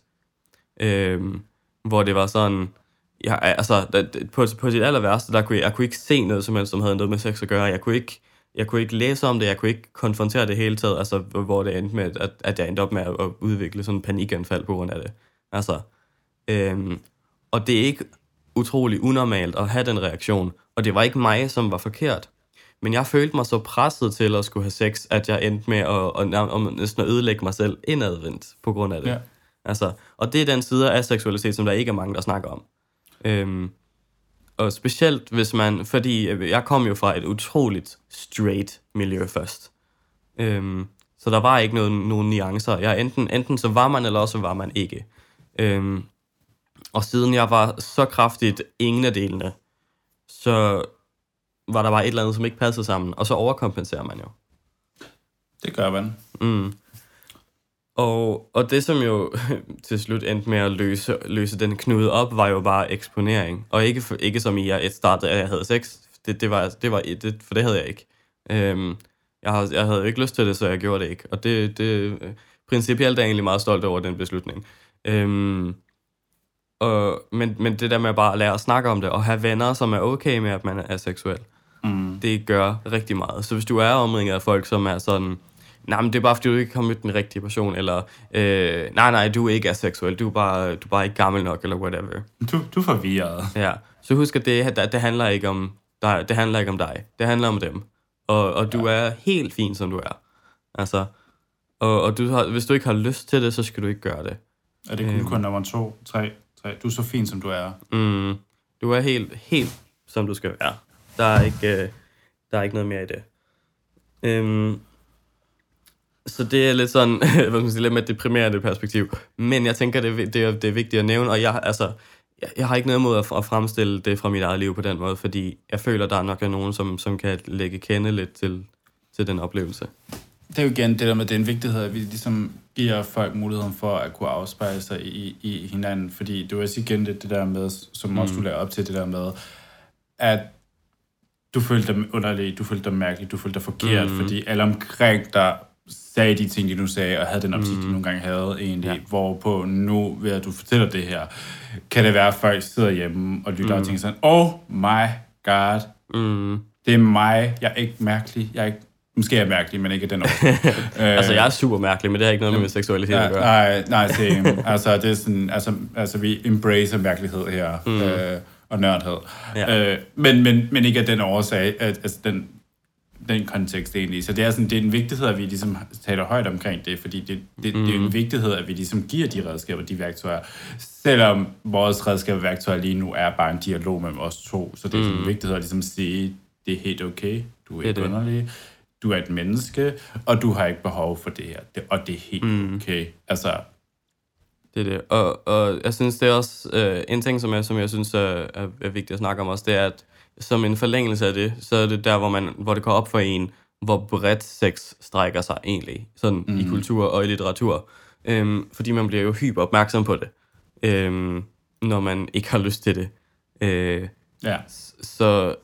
Øhm, hvor det var sådan... Ja, altså, på, på sit aller værste, der kunne jeg, jeg kunne ikke se noget som helst, som havde noget med sex at gøre. Jeg kunne ikke, jeg kunne ikke læse om det, jeg kunne ikke konfrontere det hele taget, altså, hvor det endte med, at, at jeg endte op med at, at udvikle sådan en panikanfald på grund af det. Altså, øhm, og det er ikke utrolig unormalt at have den reaktion, og det var ikke mig, som var forkert. Men jeg følte mig så presset til at skulle have sex, at jeg endte med at, at, at, næsten at ødelægge mig selv indadvendt på grund af det. Ja. Altså, og det er den side af seksualitet, som der ikke er mange, der snakker om. Øhm, og specielt hvis man, fordi jeg kom jo fra et utroligt straight miljø først, øhm, så der var ikke noget, nogen nuancer. Jeg enten, enten så var man, eller også var man ikke. Øhm, og siden jeg var så kraftigt ingen af delene, så var der bare et eller andet, som ikke passede sammen, og så overkompenserer man jo. Det gør man. Mm. Og, og det, som jo til slut endte med at løse, løse den knude op, var jo bare eksponering. Og ikke, for, ikke som i, at jeg startede, at jeg havde sex. Det, det var, det var, det, for det havde jeg ikke. Øhm, jeg, havde, jeg havde jo ikke lyst til det, så jeg gjorde det ikke. Og det, det principielt er jeg egentlig meget stolt over den beslutning. Øhm, og, men, men det der med bare at lære at snakke om det, og have venner, som er okay med, at man er seksuel, mm. det gør rigtig meget. Så hvis du er omringet af folk, som er sådan... Nej, men det er bare, fordi du ikke har mødt den rigtige person, eller, øh, nej, nej, du ikke er seksuel, du er bare, du er bare ikke gammel nok, eller whatever. Du, du er forvirret. Ja, så husk, at det, det, det handler ikke om dig, det handler ikke om dig, det handler om dem. Og, og du ja. er helt fin, som du er. Altså, og, og du har, hvis du ikke har lyst til det, så skal du ikke gøre det. Er det kun øhm. kun nummer to, tre, tre? Du er så fin, som du er. Mm, du er helt, helt, som du skal være. Der er ikke, øh, der er ikke noget mere i det. Øhm... Så det er lidt sådan, hvad skal man sige, lidt med et deprimerende perspektiv. Men jeg tænker, det, det, er, det er vigtigt at nævne, og jeg, altså, jeg, jeg har ikke noget mod at, at fremstille det fra mit eget liv på den måde, fordi jeg føler, der er nok nogen, som, som kan lægge kende lidt til, til den oplevelse. Det er jo igen det der med den vigtighed, at vi ligesom giver folk muligheden for at kunne afspejle sig i, i hinanden, fordi det er også igen det, det der med, som mm. også du lagde op til det der med, at du følte dig underlig, du følte dig mærkelig, du følte dig forkert, mm. fordi alle omkring dig sagde de ting, de nu sagde, og havde den optik, mm. de nogle gange havde egentlig, ja. Hvorpå nu, ved at du fortæller det her, kan det være, at folk sidder hjemme og lytter mm. og tænker sådan, oh my god, mm. det er mig, jeg er ikke mærkelig, jeg er ikke, måske er jeg mærkelig, men ikke den år. Altså, jeg er super mærkelig, men det har ikke noget med min seksualitet ja, at gøre. Nej, nej, same. altså, det er sådan, altså, altså vi embracer mærkelighed her, mm. øh, og nørdhed. Ja. Øh, men, men, men ikke af den årsag, at, altså den, den kontekst egentlig. Så det er sådan, det er en vigtighed, at vi ligesom taler højt omkring det, fordi det, det, mm. det er en vigtighed, at vi ligesom giver de redskaber, de værktøjer, selvom vores redskaber og værktøjer lige nu er bare en dialog mellem os to. Så det er mm. en vigtighed at ligesom sige, det er helt okay, du er ikke underlig, du er et menneske, og du har ikke behov for det her, det, og det er helt mm. okay. Altså... Det er det. Og, og jeg synes, det er også øh, en ting, som jeg, som jeg synes er, er, er vigtigt at snakke om også, det er, at som en forlængelse af det, så er det der, hvor, man, hvor det går op for en, hvor bredt sex strækker sig egentlig, sådan mm. i kultur og i litteratur. Øhm, fordi man bliver jo hyper opmærksom på det, øhm, når man ikke har lyst til det. Øh, ja. Så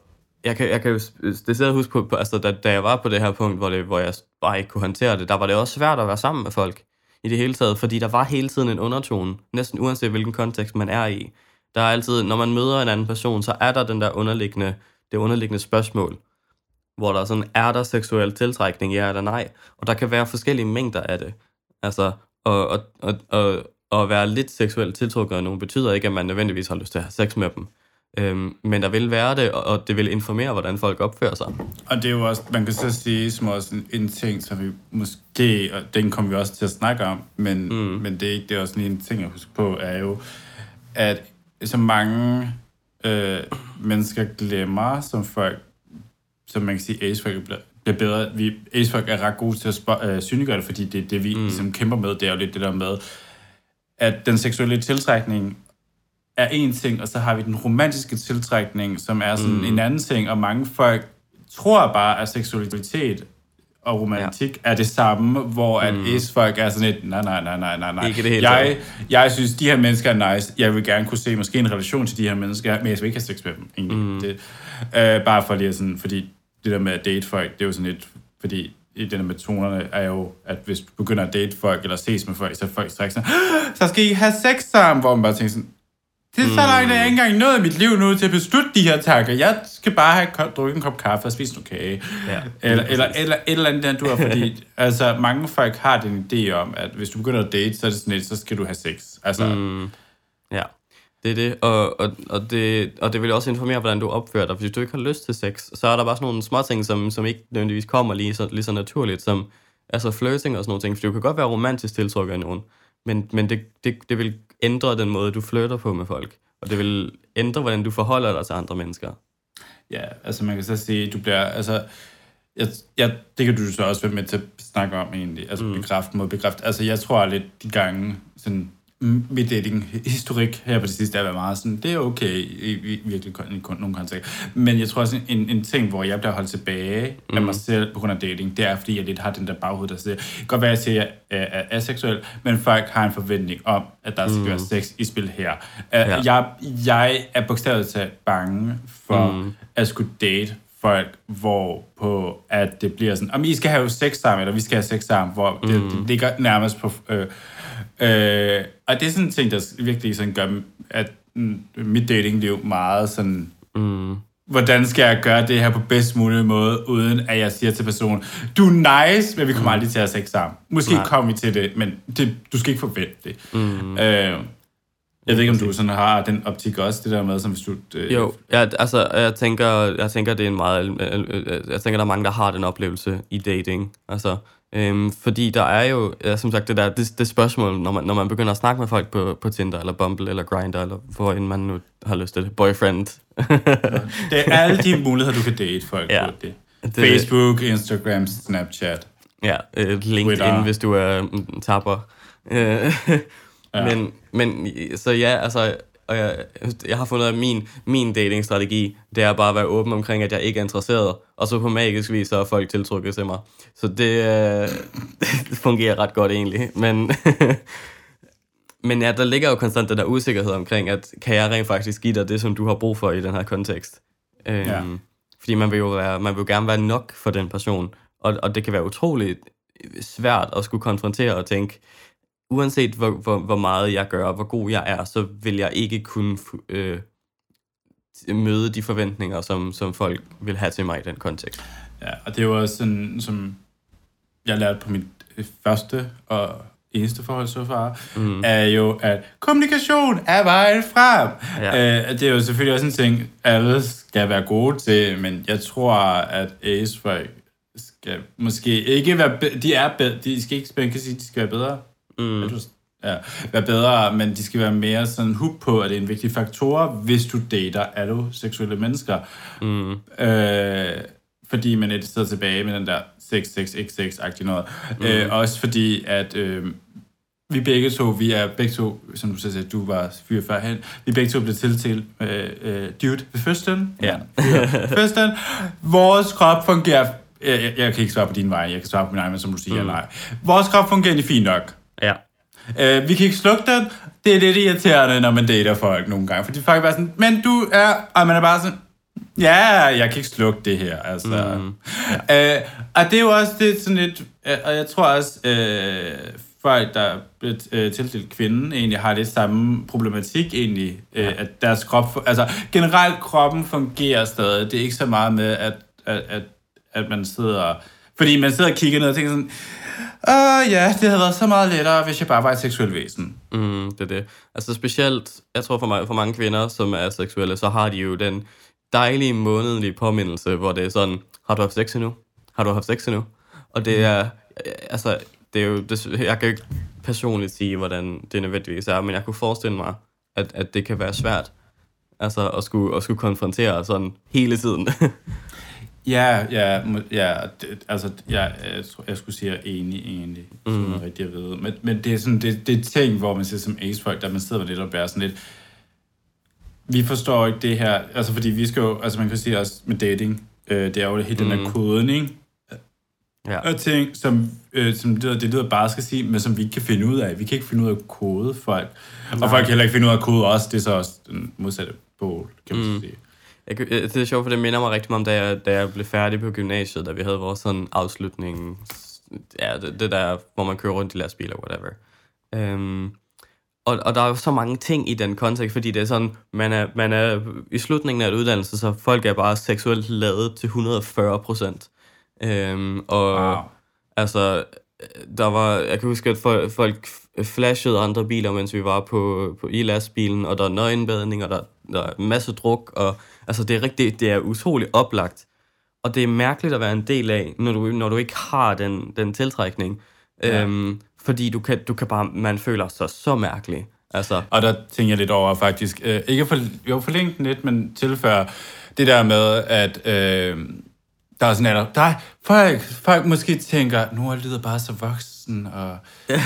jeg kan, jeg kan jo specielt huske på, altså da, da jeg var på det her punkt, hvor, det, hvor jeg bare ikke kunne håndtere det, der var det også svært at være sammen med folk i det hele taget, fordi der var hele tiden en undertone, næsten uanset hvilken kontekst man er i. Der er altid, når man møder en anden person, så er der den der underliggende, det underliggende spørgsmål, hvor der er sådan, er der seksuel tiltrækning, ja eller nej? Og der kan være forskellige mængder af det. Altså, og, og, og, og, og at være lidt seksuelt tiltrukket af nogen, betyder ikke, at man nødvendigvis har lyst til at have sex med dem. Øhm, men der vil være det, og det vil informere, hvordan folk opfører sig. Og det er jo også, man kan så sige, som også en, en ting, som vi måske, og den kommer vi også til at snakke om, men, mm. men det er ikke, det er også lige en ting at huske på, er jo, at så mange øh, mennesker glemmer, som folk, som man kan sige, ace-folk bliver, bliver bedre. Vi, ace-folk er ret gode til at sp- øh, synliggøre det, fordi det, det vi mm. ligesom kæmper med, det er jo lidt det der med, at den seksuelle tiltrækning er en ting, og så har vi den romantiske tiltrækning, som er sådan mm. en anden ting, og mange folk tror bare, at seksualitet og romantik ja. er det samme, hvor at mm. ace-folk er sådan et, nej, nej, nej, nej, nej, nej. Ikke det hele jeg, jeg synes, de her mennesker er nice. Jeg vil gerne kunne se måske en relation til de her mennesker, men jeg vil ikke have sex med dem, egentlig. Mm. Det, øh, bare for lige sådan, fordi det der med at date folk, det er jo sådan lidt, fordi det der med tonerne er jo, at hvis du begynder at date folk, eller ses med folk, så er folk straks sådan, så skal I have sex sammen, hvor man bare tænker sådan, det er så langt, at jeg ikke engang nået mit liv nu til at beslutte de her tanker. Jeg skal bare have drukket en kop kaffe og spise noget kage. Ja, eller, eller, eller et eller andet, der du har, fordi altså, mange folk har den idé om, at hvis du begynder at date, så er det sådan lidt, så skal du have sex. Altså, mm. Ja, det er det. Og, og, og det. og det vil også informere, hvordan du opfører dig. Hvis du ikke har lyst til sex, så er der bare sådan nogle små ting, som, som ikke nødvendigvis kommer lige så, lige så naturligt, som altså flirting og sådan nogle ting. For du kan godt være romantisk tiltrukket af nogen, men, men det, det, det vil ændre den måde, du flirter på med folk. Og det vil ændre, hvordan du forholder dig til andre mennesker. Ja, altså man kan så sige, du bliver, altså, jeg, jeg, det kan du så også være med til at snakke om egentlig, altså mm. bekræft mod bekræft. Altså jeg tror lidt de gange, sådan, mit dating-historik her på det sidste er været meget sådan, det er okay i, i virkelig i nogle kontekster. Men jeg tror også, en, en ting, hvor jeg bliver holdt tilbage mm. af mig selv på grund af dating, det er, fordi jeg lidt har den der baghoved, der siger, det kan godt være, at jeg siger, at jeg er aseksuel, men folk har en forventning om, at der skal mm. være sex i spil her. Ja. Jeg, jeg er bogstaveligt talt bange for mm. at skulle date folk, hvor på, at det bliver sådan, om I skal have sex sammen, eller vi skal have sex sammen, hvor mm. det, det ligger nærmest på... Øh, øh, og det er sådan en ting, der virkelig sådan gør, at mm, mit datingliv meget sådan... Mm. Hvordan skal jeg gøre det her på bedst mulig måde, uden at jeg siger til personen, du er nice, men vi kommer mm. aldrig til at have sex sammen. Måske Nej. kommer vi til det, men det, du skal ikke forvente det. Mm. Øh, Jeg ved ikke, om du sådan har den optik også, det der med, som hvis du... Øh... Jo, ja, altså, jeg tænker, jeg tænker, det er en meget... Jeg tænker, der er mange, der har den oplevelse i dating. Altså, øhm, fordi der er jo, ja, som sagt, det der det, det spørgsmål, når man, når man begynder at snakke med folk på, på Tinder, eller Bumble, eller Grindr, eller hvor end man nu har lyst til det. Boyfriend. Det er alle de muligheder, du kan date folk ja, på det. det. Facebook, Instagram, Snapchat. Ja, øh, LinkedIn, Twitter. Hvis du er mm, tapper. Ja. Men, men, så ja, altså, og jeg, jeg har fundet, at min, min datingstrategi, det er bare at være åben omkring, at jeg ikke er interesseret, og så på magisk vis, så er folk tiltrukket til mig. Så det, øh, det fungerer ret godt egentlig, men, men ja, der ligger jo konstant den der usikkerhed omkring, at kan jeg rent faktisk give dig det, som du har brug for i den her kontekst? Ja. Øhm, fordi man vil jo være, man vil jo gerne være nok for den person, og, og det kan være utroligt svært at skulle konfrontere og tænke, uanset hvor, hvor, hvor meget jeg gør, og hvor god jeg er, så vil jeg ikke kunne øh, møde de forventninger, som, som folk vil have til mig i den kontekst. Ja, og det er jo også sådan, som jeg lærte på mit første og eneste forhold så far, mm. er jo, at kommunikation er vejen frem. Ja. Øh, det er jo selvfølgelig også en ting, alle skal være gode til, men jeg tror, at ace-folk skal måske ikke være be- de er bedre, de skal ikke man kan sige, de skal være bedre. Mm. Ja, være bedre, men de skal være mere sådan hook på, at det er en vigtig faktor, hvis du dater seksuelle mennesker. Mm. Øh, fordi man er sidder tilbage med den der seks seks x seks-agtige noget. Mm. Øh, også fordi, at øh, vi begge to, vi er begge to, som du sagde, du var fyre førhen, vi begge to blev tiltalt øh, øh, dude ved fødslen. Ja. Fødslen. Vores krop fungerer... Jeg, jeg, jeg kan ikke svare på din vej, jeg kan svare på min egen, men som du siger, mm. nej. Vores krop fungerer ikke fint nok. Ja. Uh, vi kan ikke slukke den. Det er lidt irriterende, når man dater folk nogle gange. Fordi folk er bare sådan, men du er... Og man er bare sådan, Ja, jeg kan ikke slukke det her, altså. Mm, ja. øh, og det er jo også det sådan lidt, øh, og jeg tror også, øh, folk, der er blevet øh, tildelt kvinden, egentlig har det samme problematik egentlig, øh, ja. At deres krop, altså generelt kroppen fungerer stadig. Det er ikke så meget med, at, at, at, at man sidder, fordi man sidder og kigger ned og tænker sådan, åh ja, det havde været så meget lettere, hvis jeg bare var et seksuelt væsen. Mm, det er det. Altså specielt, jeg tror for, mig, for mange kvinder, som er seksuelle, så har de jo den dejlige månedlige påmindelse, hvor det er sådan, har du haft sex endnu? Har du haft sex endnu? Og det er, altså, det er jo, det, jeg kan jo ikke personligt sige, hvordan det nødvendigvis er, men jeg kunne forestille mig, at, at det kan være svært, altså at skulle, at skulle konfrontere sådan hele tiden. Ja, ja, ja, det, altså, ja, jeg, tror, jeg skulle sige, at jeg er enig, egentlig, sådan noget rigtig at vide. Men, men det er sådan, det, det er ting, hvor man siger som ace-folk, der man sidder med lidt og bærer sådan lidt, vi forstår ikke det her, altså fordi vi skal jo, altså man kan sige også med dating, øh, det er jo helt mm. den der kodning, ja. Og ting, som, øh, som det, det lyder bare skal sige, men som vi ikke kan finde ud af. Vi kan ikke finde ud af at kode folk. Nej. Og folk kan heller ikke finde ud af at kode os, det er så også den modsatte pol, kan man mm. sige. Jeg, det er sjovt, for det minder mig rigtig meget om, da jeg, da jeg blev færdig på gymnasiet, da vi havde vores sådan afslutning, ja, det, det der, hvor man kører rundt i lastbiler, whatever. Um, og, og der er jo så mange ting i den kontekst, fordi det er sådan, man er, man er i slutningen af et uddannelse, så folk er bare seksuelt ladet til et hundrede og fyrre procent. Um, og wow. altså, der var, jeg kan huske, at folk, folk flashede andre biler, mens vi var på, på i lastbilen, og der er nøgenbadning, og der, der er en masse druk, og altså det er rigtig, det er utroligt oplagt, og det er mærkeligt at være en del af, når du, når du ikke har den, den tiltrækning, ja. øhm, fordi du kan, du kan bare, man føler sig så mærkelig. Altså. Og der tænker jeg lidt over faktisk, øh, ikke for, jo forlænge den lidt, men tilføre det der med, at øh, der er sådan noget, der er, folk, folk måske tænker, nu er lyder bare så voksen, og,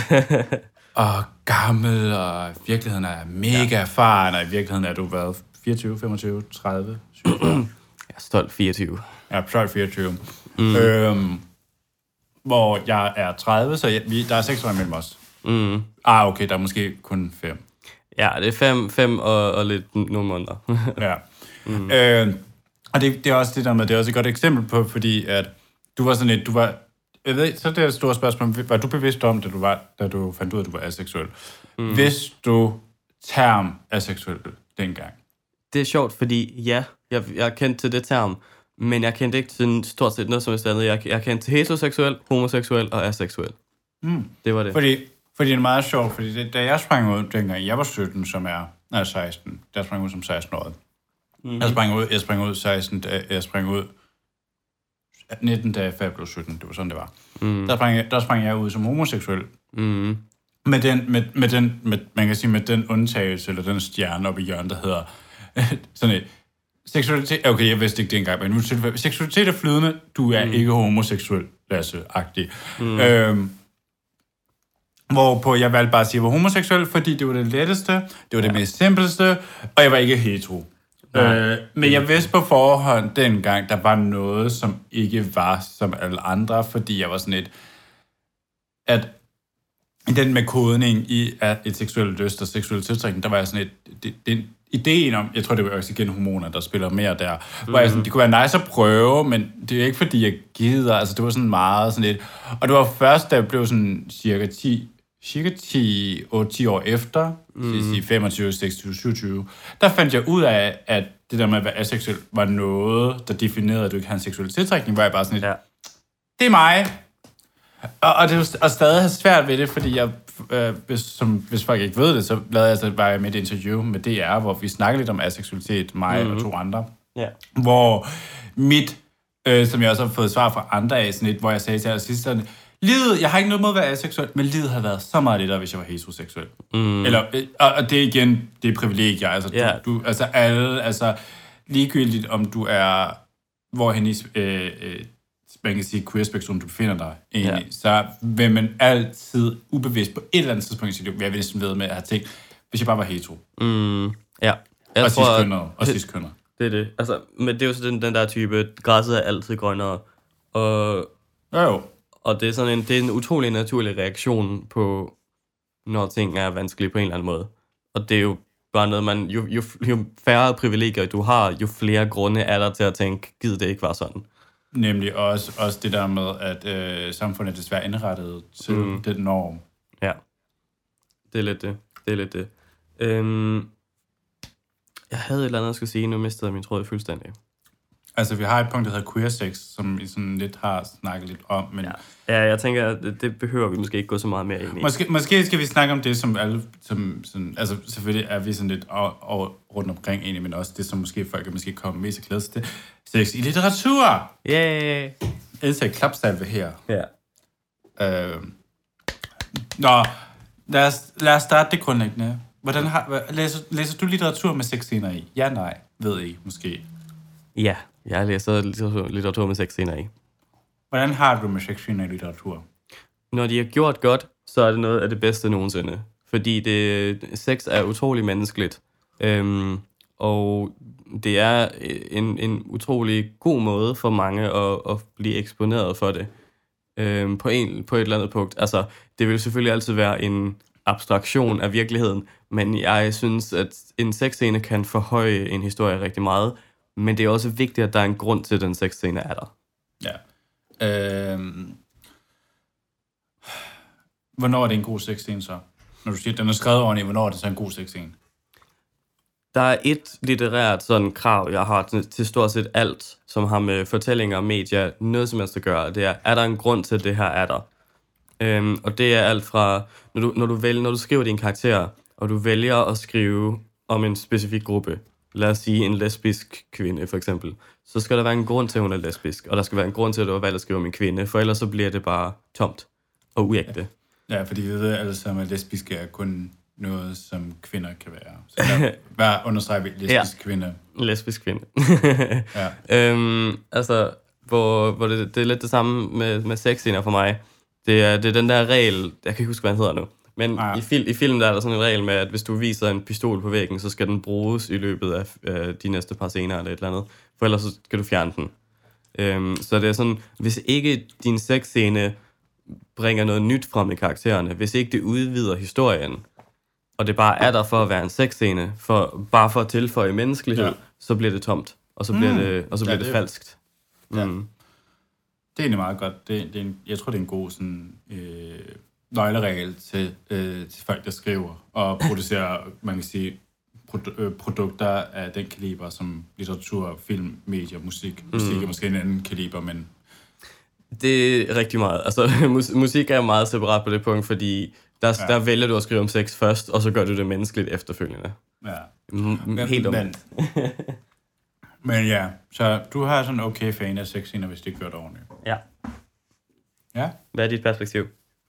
og gammel, og i virkeligheden er mega ja. erfaren, og i virkeligheden er du været fireogtyve, femogtyve, tredive, syvogtyve. Jeg er stolt fireogtyve. Jeg er stolt fireogtyve. Mm. Øhm, hvor jeg er tredive, så jeg, vi, der er seks år imellem os. Mm. Ah, okay, der er måske kun fem. Ja, det er fem, fem og, og lidt nogle måneder. Ja. Mm. Øh, og det, det er også det der med, det er også et godt eksempel på, fordi at du var sådan et, du var, jeg ved, så det er et stort spørgsmål, var du bevidst om, da du, var, da du fandt ud af, at du var aseksuel? Mm. Vidste du term aseksuel dengang? Det er sjovt, fordi ja, jeg, jeg kendte til det term, men jeg kendte ikke til stort set noget som et andet. Jeg, jeg kendte til heteroseksuel, homoseksuel og aseksuel. Mm. Det var det. Fordi, fordi det er meget sjovt, fordi det, da jeg sprang ud, dengang jeg var sytten, som er, nej, seksten, der sprang ud som seksten-årig. Mm-hmm. Jeg sprang ud, jeg sprang ud seksten, da, jeg sprang ud nitten dage før jeg blev sytten, det var sådan, det var. Mm. Der, sprang jeg, der sprang jeg ud som homoseksuel. Mm. Med den, med, med den, med, man kan sige, med den undtagelse, eller den stjerne oppe i hjørnet, der hedder sådan et, seksualitet, okay, jeg vidste ikke det engang, men nu tilfælde, seksualitet er flydende, du er mm. ikke homoseksuel, Lasse-agtig. Mm. Øhm, hvorpå jeg valgte bare at sige, at jeg var homoseksuel, fordi det var det letteste, det var ja. det mest simpleste, og jeg var ikke hetero. Øh, men jeg vidste på forhånd dengang, der var noget, som ikke var som alle andre, fordi jeg var sådan et, at den med kodning i at et seksuelt lyst og seksuel tiltrækning, der var jeg sådan et, det, det, ideen om, jeg tror det var også igen hormoner, der spiller mere der, mm-hmm. hvor jeg sådan, det kunne være nice at prøve, men det er ikke fordi jeg gider, altså det var sådan meget sådan et, og det var først, da jeg blev sådan cirka ti, cirka ti, otte ti år efter, mm. femogtyve, seksogtyve, syvogtyve, der fandt jeg ud af, at det der med at være aseksuel var noget, der definerede, at du ikke havde en seksuel tiltrækning, hvor jeg bare sådan et, ja. det er mig. Og, og det er og stadig har svært ved det, fordi jeg, øh, hvis, som, hvis folk ikke ved det, så lavede jeg altså bare med et interview med D R, hvor vi snakkede lidt om aseksualitet, mig mm-hmm. og to andre, yeah. hvor mit, øh, som jeg også har fået svar fra andre af, sådan et, hvor jeg sagde til allersidst, sådan, livet, jeg har ikke noget mod at være aseksuel, men livet har været så meget lettere, hvis jeg var heteroseksuel. Mm. Eller, og, og det er igen, det er privilegier, altså, yeah. du, du, altså alle, altså ligegyldigt om du er, hvorhen i, øh, øh, man kan sige, queer-spektrum, du befinder dig egentlig, ja. så vil man altid ubevidst på et eller andet tidspunkt i sit liv, jeg vil næsten ved med at have tænkt, hvis jeg bare var hetero. Mm, ja. Jeg og cis-kønner. Og cis-kønner. Det er det. Altså, men det er jo så den, den der type, græsset er altid grønnere. Og, ja, jo. Og det er sådan en, det er en utrolig naturlig reaktion på, når ting er vanskelige på en eller anden måde. Og det er jo bare noget, man, jo, jo, jo færre privilegier du har, jo flere grunde er der til at tænke, gider det ikke være sådan. Nemlig også, også det der med, at øh, samfundet desværre indrettet til mm. den norm. Ja, det er lidt det. Det er lidt det. Øhm, jeg havde et eller andet, jeg skulle sige, nu mistede jeg min tråd fuldstændig. Altså, vi har et punkt, der hedder queer sex, som vi sådan lidt har snakket lidt om, men... Ja, ja jeg tænker, at det, det behøver vi måske ikke gå så meget mere ind i. Måske, måske skal vi snakke om det, som alle... Som, sådan, altså, selvfølgelig er vi sådan lidt over, over, rundt omkring egentlig, men også det, som måske folk er måske kommet mest til glæde til. Sex i litteratur! Yay! Else klapsalve her. Ja. Øh, nå, lad os, lad os starte det grundlæggende. Hvordan har, læser, læser du litteratur med sexscener i? Ja, nej, ved I måske. Ja, jeg læser litteratur, litteratur med sexscener i. Hvordan har du med sexscener i litteratur? Når de har gjort godt, så er det noget af det bedste nogensinde. Fordi det, sex er utrolig menneskeligt. Øhm, og det er en, en utrolig god måde for mange at, at blive eksponeret for det. Øhm, på, en, på et eller andet punkt. Altså, det vil selvfølgelig altid være en abstraktion af virkeligheden, men jeg synes, at en sexscene kan forhøje en historie rigtig meget, men det er også vigtigt, at der er en grund til, at den sexscene er der. Ja. Øhm. Hvornår er det en god sexscene så? Når du siger, at den er skrevet ordentligt, hvornår er det så en god sexscene? Der er et litterært sådan krav, jeg har til, til stort set alt, som har med fortællinger og medier, noget som helst at gøre. Det er, er der en grund til, at det her er der? Øhm, og det er alt fra, når du, når, du vælger, når du skriver din karakter, og du vælger at skrive om en specifik gruppe, lad os sige en lesbisk kvinde for eksempel, så skal der være en grund til, at hun er lesbisk, og der skal være en grund til, at du har valgt at skrive om en kvinde, for ellers så bliver det bare tomt og uægte. Ja, fordi vi ved alle sammen, at lesbiske er kun noget, som kvinder kan være. Så der, hvad understreger vi lesbisk ja. kvinde? Lesbisk kvinde. ja. øhm, altså, hvor, hvor det, det er lidt det samme med, med sexscener for mig. Det er, det er den der regel, jeg kan ikke huske, hvad den hedder nu, men ah, ja. i, fil, i film der er der sådan en regel med, at hvis du viser en pistol på væggen, så skal den bruges i løbet af øh, de næste par scener eller et eller andet, for ellers så skal du fjerne den. Øhm, så det er sådan, hvis ikke din sexscene bringer noget nyt frem i karaktererne, hvis ikke det udvider historien, og det bare er der for at være en sexscene, for, bare for at tilføje menneskelighed, ja. så bliver det tomt, og så bliver, mm. det, og så bliver ja, det, det falskt. Ja. Mm. Det er egentlig meget godt. Det, det er en, jeg tror, det er en god sådan, øh, nøgleregel til, øh, til folk, der skriver og producerer, man kan sige, produ- øh, produkter af den kaliber, som litteratur, film, medier, musik. Musik mm. er måske en anden kaliber, men... Det er rigtig meget. Altså, mus- musik er meget separat på det punkt, fordi der, ja. der vælger du at skrive om sex først, og så gør du det menneskeligt efterfølgende. Ja. Mm, helt om. Men, men ja, så du har sådan en okay fan af sexscener, hvis det gør det ordentligt. Ja. Ja? Hvad er dit perspektiv?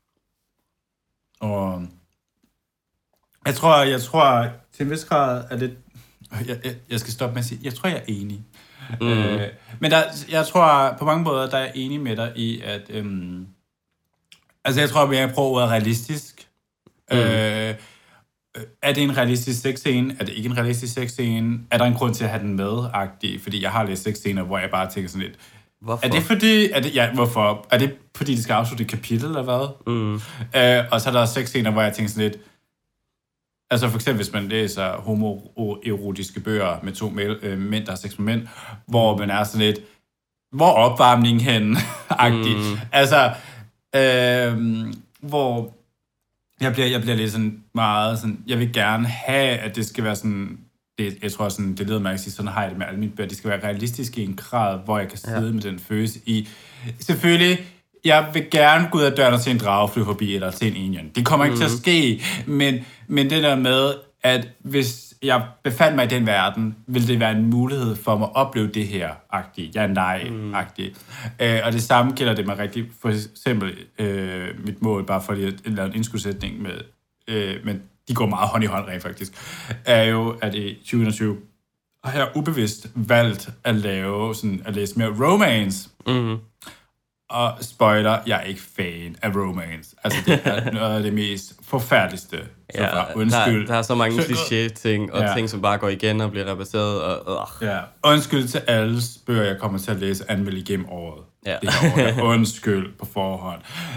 Og jeg tror, jeg tror til en vis grad er det... Jeg, jeg, jeg skal stoppe med at sige, jeg tror, jeg er enig. Mm. Øh, men der, jeg tror på mange måder, der er jeg enig med dig i, at... Øhm, altså, jeg tror, at jeg prøver ordet realistisk. Mm. Øh, er det en realistisk sexscene? Er det ikke en realistisk sexscene? Er der en grund til at have den med-agtig? Fordi jeg har læst sexscener, hvor jeg bare tænker sådan lidt... Hvorfor? Er det fordi... Er det, ja, hvorfor? Er det fordi, det skal afslutte et kapitel, eller hvad? Mm. Øh, og så er der sexscener, hvor jeg tænker sådan lidt... Altså for eksempel, hvis man læser homoerotiske bøger med to øh, mænd, der har sex med mænd, hvor man er sådan lidt... Hvor opvarmningen hen-agtig. Mm. Altså... Øh, hvor... Jeg bliver, jeg bliver lidt sådan meget sådan, jeg vil gerne have, at det skal være sådan, det, jeg tror sådan, det leder mig at sige, sådan har jeg det med alle mine bøger, det skal være realistisk i en grad, hvor jeg kan sidde ja. med den følelse i. Selvfølgelig, jeg vil gerne gå ud af døren og se en drage flyve forbi, eller se en alien. Det kommer ikke mm. til at ske, men, men det der med, at hvis jeg befandt mig i den verden, ville det være en mulighed for mig at opleve det her, agtigt, ja, nej-agtigt. Mm. Øh, og det samme gælder det mig rigtig, for eksempel øh, mit mål, bare for at lave en indskudsætning med, øh, men de går meget hånd i hånd rent faktisk, er jo, at i tyve enogtyve har jeg ubevidst valgt at lave sådan, at læse mere romance. Mm. Og spoiler, jeg er ikke fan af romance. Altså, det er noget af det mest forfærdeligste. Ja, der, der er så mange kliché-ting, og ja. ting, som bare går igen og bliver repeteret. Og, ja. Undskyld til alle bøger, jeg kommer til at læse anmelde igennem året. Ja. Det her år, undskyld på forhånd.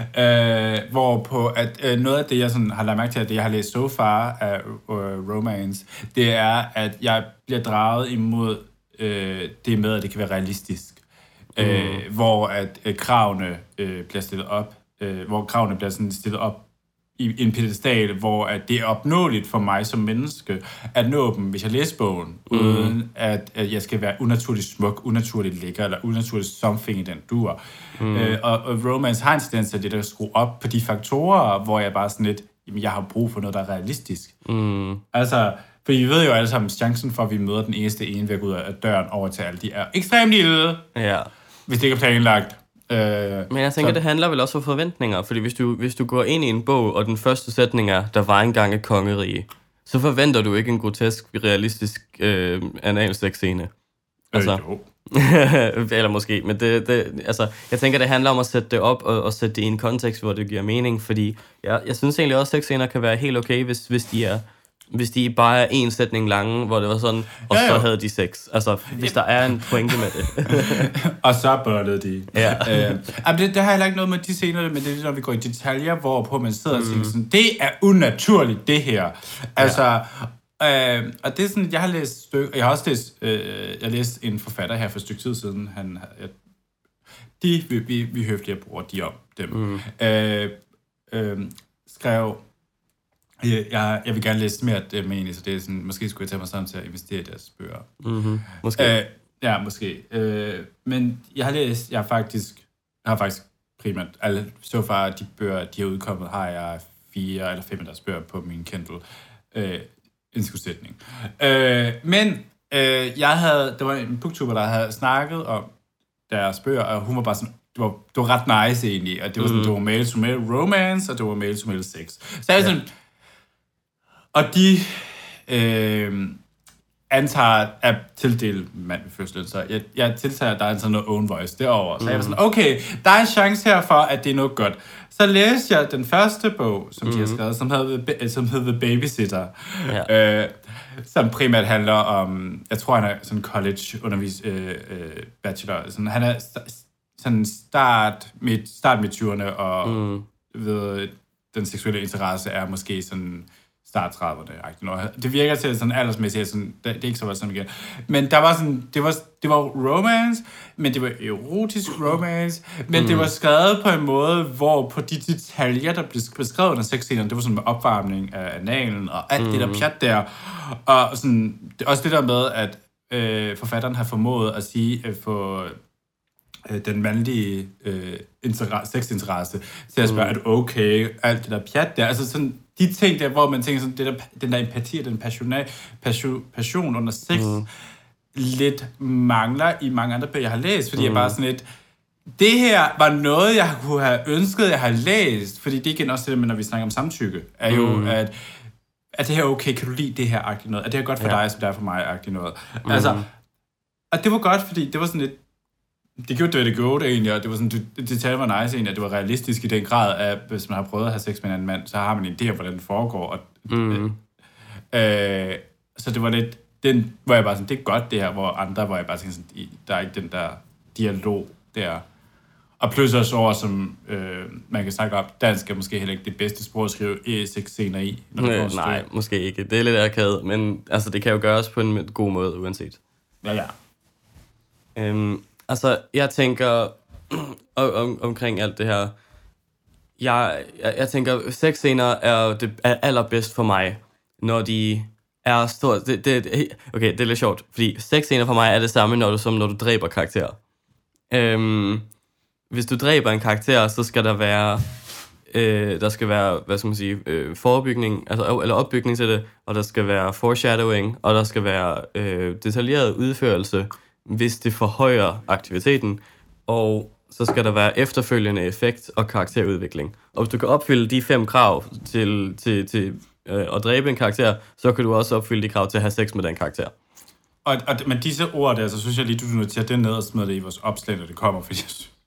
Øh, hvorpå, at øh, noget af det, jeg sådan har lagt mærke til, at det, jeg har læst so far af øh, romance, det er, at jeg bliver draget imod øh, det med, at det kan være realistisk. Mm. Øh, hvor at øh, kravene øh, bliver stillet op, øh, hvor kravene bliver sådan stillet op i en pedestal, hvor at det er opnåeligt for mig som menneske at nå dem, hvis jeg læser bogen, mm. uden at, at jeg skal være unaturligt smuk, unaturligt lækker, eller unaturligt something i den dur. Mm. Øh, og, og romance har en tendens til det, der skruer op på de faktorer, hvor jeg bare sådan lidt, jamen, jeg har brug for noget, der er realistisk. Mm. Altså, for I ved jo alle sammen, chancen for, at vi møder den eneste ene ved at gå ud af døren over til alle, de er ekstremt lille, ja. Hvis det ikke er planlagt. Øh, Men jeg tænker, så... det handler vel også om forventninger, fordi hvis du, hvis du går ind i en bog, og den første sætning er, der var engang et kongerige, så forventer du ikke en grotesk, realistisk øh, analsex-scene. Altså, øh, jo. Eller måske, men det, det, altså, jeg tænker, det handler om at sætte det op, og, og sætte det i en kontekst, hvor det giver mening, fordi jeg, jeg synes egentlig også, at sexscener kan være helt okay, hvis, hvis de er... Hvis de bare er en sætning lange, hvor det var sådan, og ja, så havde de sex. Altså, hvis der er en pointe med det. Og så bøllede de. Ja. Øh, det, det har heller ikke noget med de scener, men det er, når vi går i detaljer, hvorpå man sidder mm. og tænker sådan, det er unaturligt, det her. Altså, ja. øh, og det er sådan, jeg har læst stykke, og jeg har også læst, øh, jeg læste en forfatter her for et stykke tid siden, han, jeg, de, vi, vi, vi høflige, jeg bruger de om dem, mm. øh, øh, skrev, Jeg, jeg vil gerne læse mere af dem egentlig, så det er sådan, måske skulle jeg tage mig sammen til at investere i deres bøger. Mm-hmm. Måske. Øh, ja, måske. Øh, men jeg har læst, jeg har faktisk, jeg har faktisk primært, alle, så far de bøger, de har udkommet, har jeg fire eller fem af deres bøger på min Kindle. Øh, en skudsætning. Øh, men øh, jeg havde, der var en booktuber, der havde snakket om deres bøger, og hun var bare sådan, det var, det var ret nice egentlig, og det var sådan, mm. det var male to male romance, og det var male to male sex. Så jeg er sådan, ja. Og de øh, antager at tildele mand ved fødslen, så jeg, jeg tiltager, at der er sådan noget own voice derovre. Så mm. jeg var sådan, okay, der er en chance her for, at det er noget godt. Så læste jeg den første bog, som mm. de har skrevet, som hedder, som hedder The Babysitter, ja. øh, som primært handler om, jeg tror, han er sådan college-undervis øh, øh, bachelor. Sådan, han er sådan start med, start med tyverne, og mm. ved, den seksuelle interesse er måske sådan start trediverne. Det virker til sådan aldersmæssigt, sådan, det, det er ikke så meget sådan igen. Men der var sådan, det var, det var romance, men det var erotisk romance, men mm. det var skrevet på en måde, hvor på de detaljer, der blev beskrevet under sexscenerne, det var sådan med opvarmning af analen, og alt mm. det der pjat der, og sådan, det, også det der med, at øh, forfatteren har formået at sige, at få øh, den mandlige øh, interesse, sexinteresse til at spørge, mm. er du okay, alt det der pjat der, altså sådan, de ting der, hvor man tænker sådan, det der, den der empati og den passion, passion, passion under sex, mm. lidt mangler i mange andre bøger, jeg har læst, fordi mm. jeg bare sådan lidt, det her var noget, jeg kunne have ønsket, jeg har læst, fordi det igen også det med, når vi snakker om samtykke, er jo, mm. at, at det her okay, kan du lide det her agtigt noget, er det her godt for ja. dig, som det er for mig agtigt noget. Mm. Altså, og det var godt, fordi det var sådan lidt, det gjorde det, det gjorde egentlig, og det var sådan, det, det talte var nice egentlig, at det var realistisk i den grad, at hvis man har prøvet at have sex med en anden mand, så har man en idé om, hvordan det foregår. Og, mm. øh, så det var lidt, den, hvor jeg bare sådan, det er godt det her, hvor andre, hvor jeg bare tænkte sådan, der er ikke den der dialog der. Og pludselig også over, som øh, man kan snakke om, dansk er måske heller ikke det bedste sprog at skrive sex-scener i. Øh, nej, måske ikke. Det er lidt akavet, men altså, det kan jo gøres på en god måde, uanset. Ja, ja. Øhm, Altså, jeg tænker om, omkring alt det her. Jeg, jeg, jeg tænker, sexscener er det er allerbedst for mig, når de er stort. Det, det, okay, det er lidt sjovt, fordi sexscener for mig er det samme, når du, som når du dræber karakterer. Øhm, hvis du dræber en karakter, så skal der være, øh, der skal være, hvad skal man sige, øh, forebygning, altså, eller opbygning til det, og der skal være foreshadowing, og der skal være øh, detaljeret udførelse, hvis det forhøjer aktiviteten, og så skal der være efterfølgende effekt og karakterudvikling. Og hvis du kan opfylde de fem krav til, til, til øh, at dræbe en karakter, så kan du også opfylde de krav til at have sex med den karakter. Og, og men disse ord der, så synes jeg lige, du noterer det ned og smider det i vores opslag, når det kommer, fordi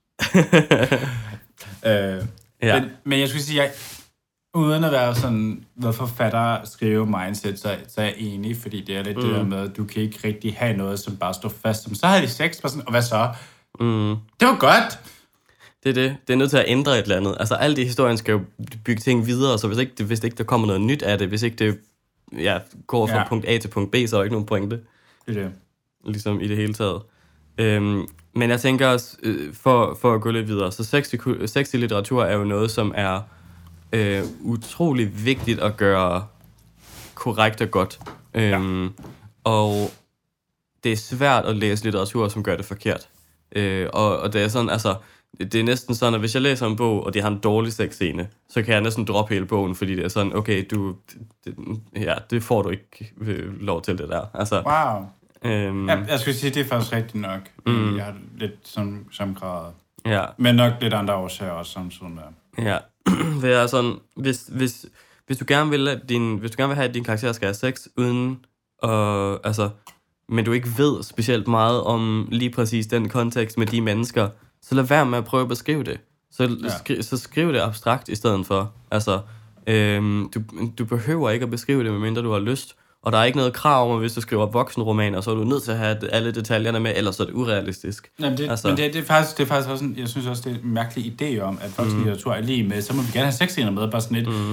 øh, ja. men, men jeg skulle sige, jeg, uden at være sådan, hvad forfatter skrive mindset, så, så er jeg enig, fordi det er lidt mm. det der med, at du kan ikke rigtig have noget, som bare står fast. Som, så har de sex, og, sådan, og hvad så? Mm. Det var godt! Det er det. Det er nødt til at ændre et eller andet. Altså, alt i historien skal jo bygge ting videre, så hvis ikke, det, hvis ikke der kommer noget nyt af det, hvis ikke det ja, går fra ja. punkt A til punkt B, så er der ikke nogen pointe. Det er det. Ligesom i det hele taget. Øhm, men jeg tænker også, øh, for, for at gå lidt videre, så sex i, sex i litteratur er jo noget, som er øh, utrolig vigtigt at gøre korrekt og godt. Øhm, ja. Og det er svært at læse litteratur, som gør det forkert. Øh, og, og det er sådan, altså, det, det er næsten sådan, at hvis jeg læser en bog, og det har en dårlig sexscene, så kan jeg næsten droppe hele bogen, fordi det er sådan, okay, du, det, ja, det får du ikke øh, lov til det der. Altså, wow. Øhm, ja, jeg skulle sige, det er faktisk rigtigt nok. Mm. Jeg har lidt som, som grad. Ja. Men nok lidt andre årsager også samtidig med. Ja, det er sådan, hvis, hvis, hvis, du gerne vil, at din, hvis du gerne vil have, at din karakter skal have sex, uden, øh, altså, men du ikke ved specielt meget om lige præcis den kontekst med de mennesker, så lad være med at prøve at beskrive det. Så, ja. skri, så skriv det abstrakt i stedet for. Altså, øhm, du, du behøver ikke at beskrive det, medmindre du har lyst. Og der er ikke noget krav om, at hvis du skriver voksenromaner, så er du nødt til at have alle detaljerne med, ellers er det urealistisk. Jamen det, altså. Men det, det, er faktisk, det er faktisk også en, jeg synes også, det er en mærkelig idé om, at voksenlitteratur er lige med, så må vi gerne have sexscener med, bare sådan lidt. Mm.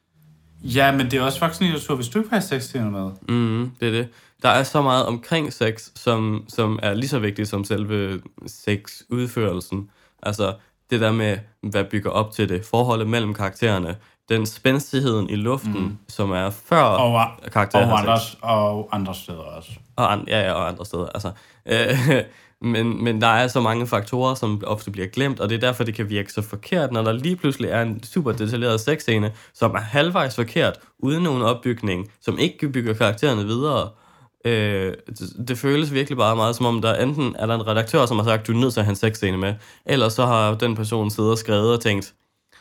Ja, men det er også voksenlitteratur, hvis du ikke har sexscener med. Mm, det er det. Der er så meget omkring sex, som, som er lige så vigtigt som selve sexudførelsen. Altså det der med, hvad bygger op til det, forholdet mellem karaktererne, den spændstigheden i luften, mm. som er før og, karakterer og, andre, og andre steder også. Og an, ja, ja, og andre steder. Altså, øh, men, men der er så mange faktorer, som ofte bliver glemt, og det er derfor, det kan virke så forkert, når der lige pludselig er en super detaljeret sexscene, som er halvvejs forkert, uden nogen opbygning, som ikke bygger karaktererne videre. Øh, det, det føles virkelig bare meget som om, der enten er der en redaktør, som har sagt, du er nødt til at have en sexscene med, eller så har den person siddet og skrevet og tænkt,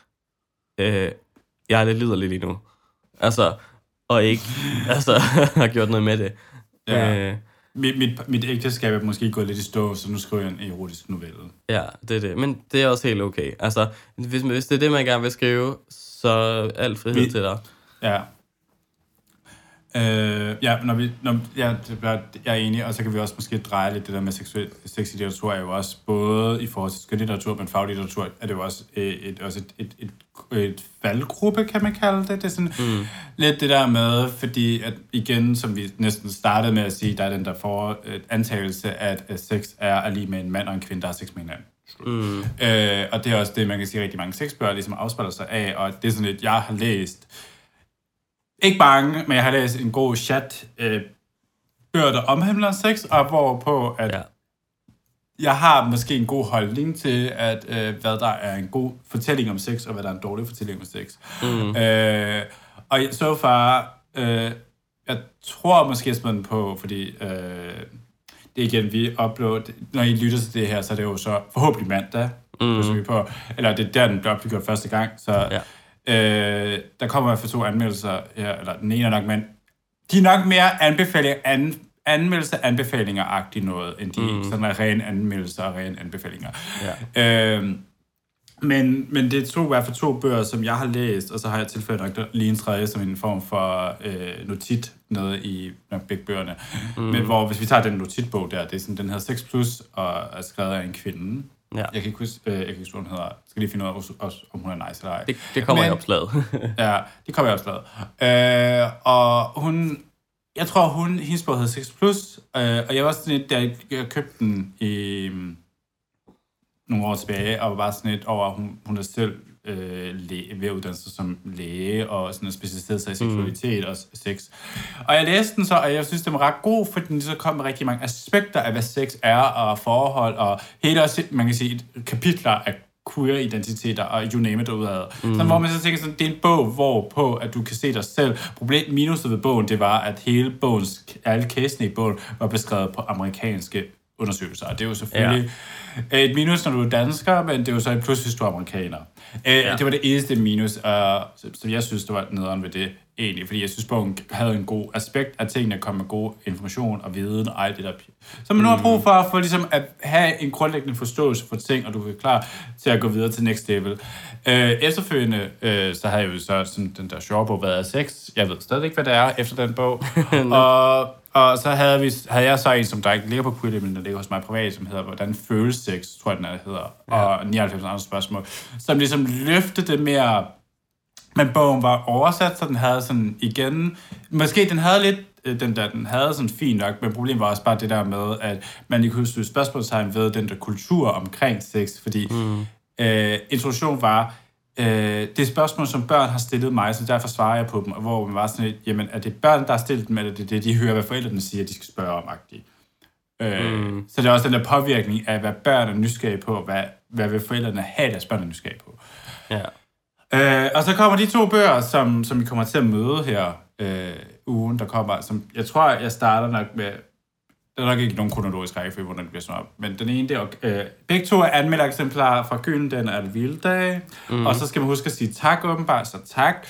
øh, jeg er lidt liderlig lige nu. Altså, og ikke altså, har gjort noget med det. Ja. Øh, mit, mit, mit ægteskab er måske gået lidt i stå, så nu skriver jeg en erotisk novelle. Ja, det er det. Men det er også helt okay. Altså, hvis, hvis det er det, man gerne vil skrive, så alt frihed Vi, til dig. Ja. Øh, ja, når vi, når, ja, jeg er enig, og så kan vi også måske dreje lidt det der med seksuel, sex i litteratur, er jo også både i forhold til skønlitteratur, men faglitteratur er det jo også et, et, også et, et, et, et faldgruppe, kan man kalde det. Det er sådan mm. lidt det der med, fordi at igen, som vi næsten startede med at sige, der er den der for antagelse, at sex er lige med en mand og en kvinde, der har sex med hinanden. Mm. Øh, og det er også det, man kan sige, rigtig mange sexbøger ligesom afspejler sig af, og det er sådan lidt, jeg har læst ikke mange, men jeg har læst en god chat øh, bøger, der omhandler sex, og hvorpå, at ja. jeg har måske en god holdning til, at øh, hvad der er en god fortælling om sex, og hvad der er en dårlig fortælling om sex. Mm. Øh, og så far, øh, jeg tror måske sådan på, fordi øh, det igen, vi upload, når I lytter til det her, så er det jo så forhåbentlig mandag, mm. på, eller det er der, den bliver opbygget første gang, så ja. Øh, der kommer i hvert fald to anmeldelser her, eller den ene er nok, men de er nok mere anbefalinger, an, anmeldelser, anbefalinger-agtigt noget, end de mm. sådan er rene anmeldelser og rene anbefalinger. Ja. Øh, men, men det er to, i hvert fald to bøger, som jeg har læst, og så har jeg tilfældet nok lige en tredje som en form for øh, notit nede i nok begge bøgerne. Mm. Men hvor, hvis vi tager den notitbog der, det er sådan, den hedder seks plus, og er skrevet af en kvinde. Ja. Jeg kan ikke huske, øh, jeg kan ikke huske, hvad hun hedder. Jeg skal lige finde ud af, også, om hun er nice eller ej. Det, det kommer Men, i opslaget. ja, det kommer i opslaget. Øh, og hun, jeg tror, hun, hendes bog hedder seks plus, øh, og jeg var sådan lidt, da jeg, jeg købte den i um, nogle år tilbage, og var bare sådan lidt over, hun, hun er selv øh, læge, ved at uddanne sig som læge, og sådan specialiseret sig i seksualitet mm. og sex. Og jeg læste den så, og jeg synes, den var ret god, fordi den så kom med rigtig mange aspekter af, hvad sex er, og forhold, og hele også, man kan sige, kapitler af queer-identiteter, og you name it derudad. Mm. Så hvor man så tænker sådan, det er en bog, hvorpå, at du kan se dig selv. Problem, minuset ved bogen, det var, at hele bogens, alle casene i bogen, var beskrevet på amerikanske undersøgelser, og det er jo selvfølgelig ja. et minus, når du er dansker, men det er jo så et plus, hvis du er amerikaner. Ja. Det var det eneste minus, uh, som jeg synes, det var nederen ved det. egentlig, fordi jeg synes, bogen havde en god aspekt af tingene, der kom med god information og viden og alt det der. Så man nu har brug for, for ligesom at have en grundlæggende forståelse for ting, og du er klar til at gå videre til next level. Øh, efterfølgende, øh, så havde jeg jo så sådan, den der sjove bog, hvad er sex? Jeg ved stadig ikke, hvad det er efter den bog. og, og så havde, vi, havde jeg så en, som der ikke ligger på Quidditch, men der ligger hos mig privat, som hedder, hvordan føles sex, tror jeg, den er, hedder, ja. Og nioghalvfems andre spørgsmål, som ligesom løftede det mere. Men bogen var oversat, så den havde sådan igen... Måske den havde lidt... Den der, den havde sådan fint nok, men problemet var også bare det der med, at man ikke kunne stille spørgsmålstegn ved den der kultur omkring sex, fordi mm. øh, introduktion var... Øh, det spørgsmål, som børn har stillet mig, så derfor svarer jeg på dem, hvor man var sådan lidt, jamen, er det børn, der har stillet dem, eller det det, de hører, hvad forældrene siger, de skal spørge om, agtigt. Øh, mm. Så det er også den der påvirkning af, hvad børn er nysgerrige på, hvad, hvad vil forældrene have, deres børn er nysgerrige på. Ja. Øh, og så kommer de to bøger, som, som vi kommer til at møde her øh, ugen, der kommer, som jeg tror, jeg starter nok med, der er nok ikke nogen kronologisk rækkefølge, hvordan det bliver sådan op, men den ene, det er, øh, begge to er anmeldereksemplarer fra Gylden, den er det vilde dag, mm. og så skal man huske at sige tak åbenbart, så tak.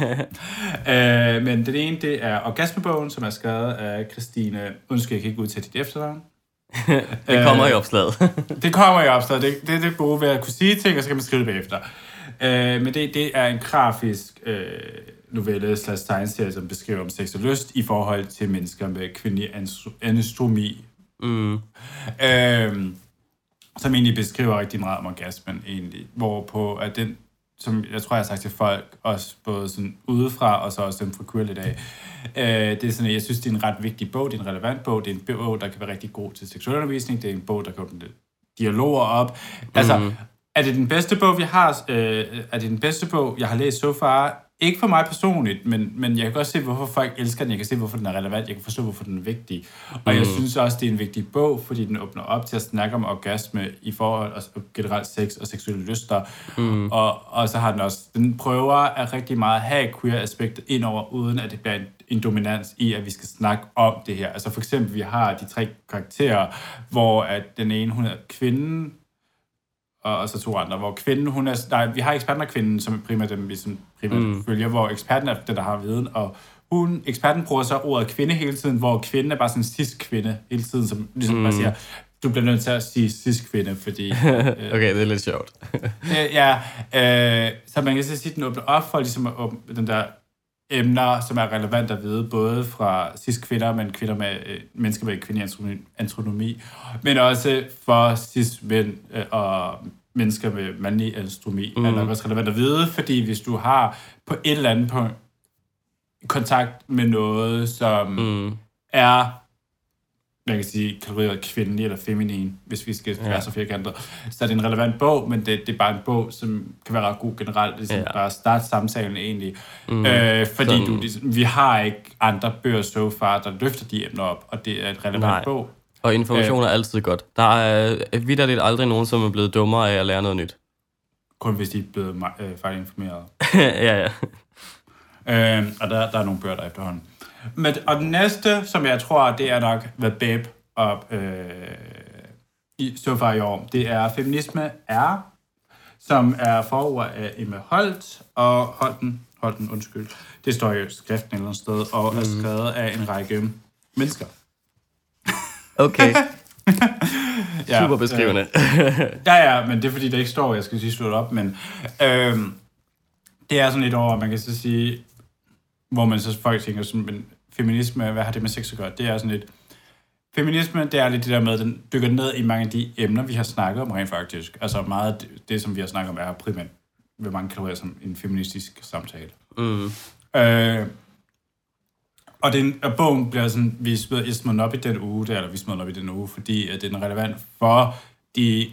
øh, men den ene, det er Orgasmebogen, som er skrevet af Christine, undskyld, jeg kan ikke udtale dit efternavn. Det kommer i opslaget. det kommer i opslaget, det, det er det gode ved at kunne sige ting, og så kan man skrive det bagefter. Øh, men det, det er en grafisk øh, novelle slags tegneserie, som beskriver om sex og lyst i forhold til mennesker med kvindelig anatomi. Mm. Øh, som egentlig beskriver rigtig meget om orgasmen, egentlig. Hvorpå at den, som jeg tror, jeg har sagt til folk, også både sådan udefra, og så også dem fra Queer i dag, øh, det er sådan, at jeg synes, det er en ret vigtig bog, det er en relevant bog, det er en bog, der kan være rigtig god til seksualundervisning, det er en bog, der kan åbne dialoger op. Altså, mm. Er det den bedste bog, vi har? Øh, er det den bedste bog, jeg har læst så far? Ikke for mig personligt, men, men jeg kan godt se, hvorfor folk elsker den. Jeg kan se, hvorfor den er relevant. Jeg kan forstå, hvorfor den er vigtig. Og mm. jeg synes også, det er en vigtig bog, fordi den åbner op til at snakke om orgasme i forhold og generelt sex og seksuelle lyster. Mm. Og, og så har den også... Den prøver at rigtig meget have queer-aspektet indover, uden at det bliver en, en dominans i, at vi skal snakke om det her. Altså for eksempel, vi har de tre karakterer, hvor at den ene, hun er kvinden, og så to andre, hvor kvinden, hun er... Nej, vi har eksperten og kvinden, som er primært dem, vi som primært mm. følger, hvor eksperten er den, der har viden, og hun, eksperten bruger så ordet kvinde hele tiden, hvor kvinden er bare sådan en cis-kvinde hele tiden, som ligesom mm. bare siger, du bliver nødt til at sige cis-kvinde, fordi... øh, okay, det er lidt sjovt. øh, ja, øh, så man kan så sige, at den åbner op for ligesom at åbne den der emner, som er relevant at vide, både fra cis-kvinder, men kvinder med, øh, mennesker med kvindelig anatomi, men også for cis-mænd øh, og mennesker med mandlig anatomi, mm. er nok også relevant at vide, fordi hvis du har på et eller andet punkt kontakt med noget, som mm. er, man kan sige, kategoreret kvindelig eller feminin, hvis vi skal ja. være så firkantet, så er det en relevant bog, men det, det er bare en bog, som kan være ret god generelt, ligesom ja. bare starte samtalen egentlig. Mm. Øh, fordi du, ligesom, vi har ikke andre bøger so far, der løfter de emner op, og det er et relevant Nej. bog. Og information øh, er altid godt. Der er vitterligt aldrig nogen, som er blevet dummere af at lære noget nyt. Kun hvis de er blevet øh, fejlinformeret. ja, ja. Øh, og der, der er nogle bøger, der efterhånden. Men, og den næste, som jeg tror, det er nok, hvad Babe op øh, i so far i år, det er Feminisme er, som er forord af Emma Holt, og Holten, Holten, undskyld, det står jo i skriften et eller andet sted, og mm. er skrevet af en række mennesker. Okay. ja, super beskrivende. øh, ja, ja, men det er fordi, der ikke står, jeg skal sige slå det op, men øh, det er sådan et år, man kan så sige, hvor man så folk tænker sådan, men feminisme, hvad har det med sex at gøre? Det er sådan lidt, feminisme, det er lidt det der med, den dykker ned i mange af de emner, vi har snakket om rent faktisk. Altså meget det, det som vi har snakket om, er primært, hvad mange kalder som en feministisk samtale. Mm. Øh, og, den, og bogen bliver sådan, vi smider, smider den op i den uge, der, eller vi smider den op i den uge, fordi at den er relevant for de...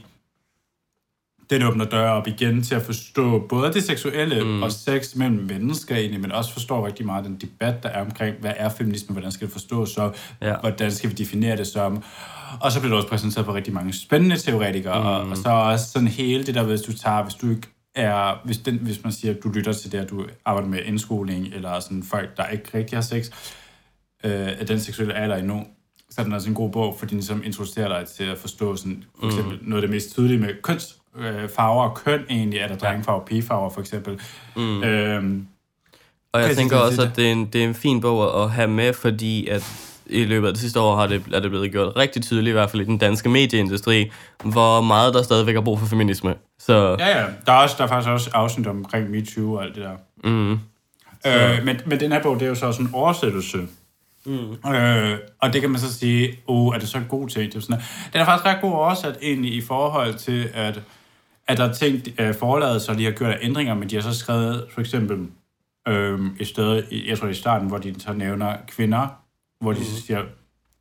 Den åbner døre op igen til at forstå både det seksuelle mm. og sex mellem mennesker egentlig, men også forstår rigtig meget den debat, der er omkring, hvad er feminisme, hvordan skal det forstås så, ja. hvordan skal vi definere det som. Og så bliver det også præsenteret for rigtig mange spændende teoretikere, mm. og, og så også sådan hele det der, hvis du tager, hvis du ikke er, hvis, den, hvis man siger, at du lytter til det, at du arbejder med indskoling, eller sådan folk, der ikke rigtig har sex, øh, af den seksuelle alder endnu, så er den også en god bog, fordi den ligesom introducerer dig til at forstå sådan, for eksempel mm. noget af det mest tydelige med køns, øh, farver og køn egentlig, er der drengefarver og pigefarver for eksempel. Mm. Øhm, Og jeg Præcis, tænker det er også, det. at det er, en, det er en fin bog at have med, fordi at i løbet af det sidste år har det, er det blevet gjort rigtig tydeligt, i hvert fald i den danske medieindustri, hvor meget der stadigvæk er brug for feminisme. Så, Ja, ja. Der er, også, der er faktisk også afsnit omkring MeToo og alt det der. mm, Øh, men, men den her bog, det er jo så også en oversættelse. Mm. Øh, og det kan man så sige, oh, er det så en god ting? Det er, sådan, at, den er faktisk ret god oversat egentlig i forhold til, at, at der er ting, øh, forladet, så de har gjort af ændringer, men de har så skrevet for eksempel øh, et sted, jeg tror i starten, hvor de så nævner kvinder, hvor de mm. så siger,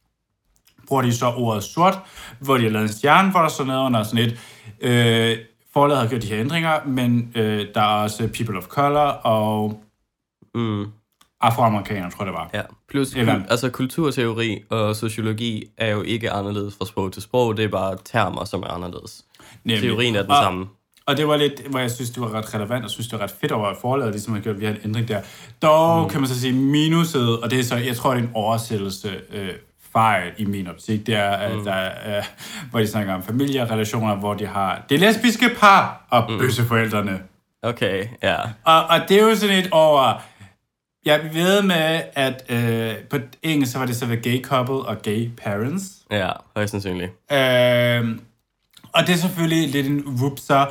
bruger de så ordet sort, hvor de har lavet en stjerne, hvor der så ned under sådan et, øh, forladet har gjort de her ændringer, men øh, der er også people of color og mm. afroamerikanere, tror jeg det var. Ja, plus Eller- altså kulturteori og sociologi er jo ikke anderledes fra sprog til sprog, det er bare termer, som er anderledes. Nemlig. Teorien er den og, samme. Og det var lidt, hvor jeg synes, det var ret relevant, og synes, det var ret fedt over at forlade, ligesom har gjort, at vi har en ændring der. Dog mm. kan man så sige minuset, og det er så, jeg tror, det er en oversættelse øh, fejl i min optik, det er, at mm. der er, øh, hvor de snakker om familierelationer, hvor de har det lesbiske par og mm. bøsseforældrene. Okay, ja. Og, og det er jo sådan et over... Jeg ved med, at øh, på engelsk, så var det så ved gay couple og gay parents. Ja, højst sandsynligt. Øh, og det er selvfølgelig lidt en whoopser.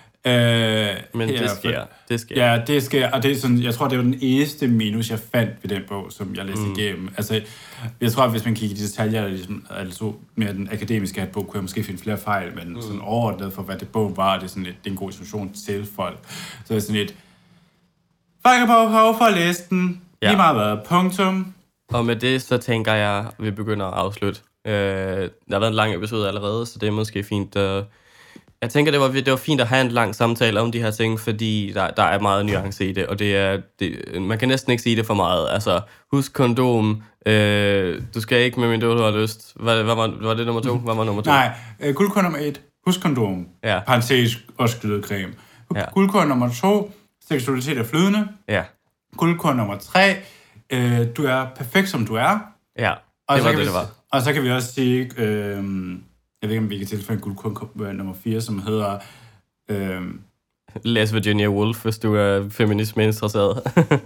Øh, Men her, det sker, det sker. Ja, det sker, og det er sådan, jeg tror, det var den eneste minus, jeg fandt ved den bog, som jeg læste mm. igennem. Altså, jeg tror, at hvis man kigger i de detaljer, ligesom, altså mere den akademiske af bog, kunne jeg måske finde flere fejl, men mm. sådan overordnet for, hvad det bog var, det er sådan et, det er en god institution til folk. Så det er sådan et, folk er på behov for at læse den, ja. Lige meget hvad, punktum. Og med det, så tænker jeg, at vi begynder at afslutte. Øh, der har været en lang episode allerede, så det er måske fint. Øh, jeg tænker, det var, det var fint at have en lang samtale om de her ting, fordi der, der er meget nuance i det, og det er, det, man kan næsten ikke sige det for meget. Altså, husk kondom, øh, du skal ikke, med mindre du har lyst. Hvad, hvad var, var det nummer to? Hvad var nummer to? Nej, øh, guldkorn nummer et, husk kondom, ja. Parentes også glødecreme. Ja. Guldkorn nummer to, seksualitet er flydende. Ja. Guldkorn nummer tre, øh, du er perfekt, som du er. Ja, og det så var kan det, vi, det var. Og så kan vi også sige, øh, jeg ved ikke, om vi kan tilføje en guldkorn nummer fire, som hedder... Øh, Læs Virginia Woolf, hvis du er feminisme interesseret.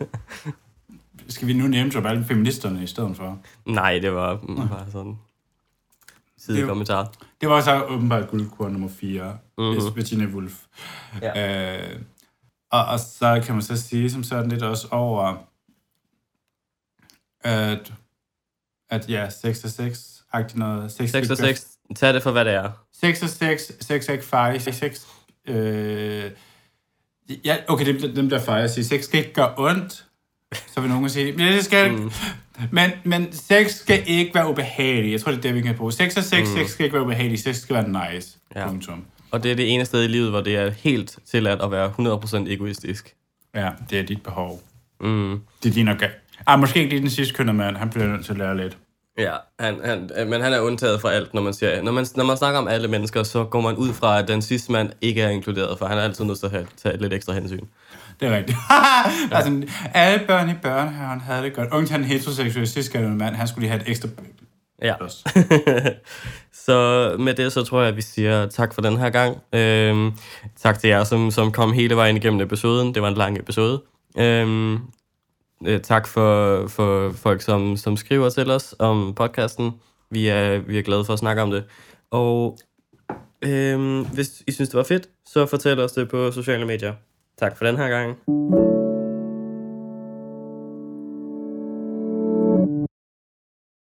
Skal vi nu nævne op alle feministerne i stedet for? Nej, det var bare sådan sidekommentar. Det, det var så åbenbart guldkorn nummer fire, mm-hmm. Virginia Woolf. Ja. Øh, og, og så kan man så sige som sådan lidt også over, at, at ja, sex og sex-agtigt noget. Sex, sex og sex, tag det for, hvad det er. Sex og sex, sex er ikke farligt. Sex, sex, øh, ja, okay, dem, dem der fejrer siger, sex skal ikke gøre ondt. Så vil nogen sige, ja, det skal mm. men, men sex skal ikke være ubehageligt. Jeg tror, det er det, vi kan bruge. Sex og sex, mm. sex skal ikke være ubehageligt. Sex skal være nice. Ja. Punktum. Og det er det ene sted i livet, hvor det er helt tilladt at være hundrede procent egoistisk. Ja, det er dit behov. Mm. Det er din opgave. Ah, måske ikke lige den sidste kønnede mand. Han bliver nødt til at lære lidt. Ja, han, han, men han er undtaget fra alt, når man siger, når man, når man snakker om alle mennesker, så går man ud fra, at den sidste mand ikke er inkluderet, for han er altid nødt til at have, tage lidt ekstra hensyn. Det er rigtigt. Altså, alle børn i børnehaven havde det godt. Ungtagen heteroseksuelle sidste mand, han skulle lige have et ekstra... Ja. Så med det, så tror jeg, at vi siger tak for den her gang. Øhm, tak til jer, som, som kom hele vejen igennem episoden. Det var en lang episode. Øhm, øh, tak for, for folk, som, som skriver til os om podcasten. Vi er, vi er glade for at snakke om det. Og øhm, hvis I synes, det var fedt, så fortæl os det på sociale medier. Tak for den her gang.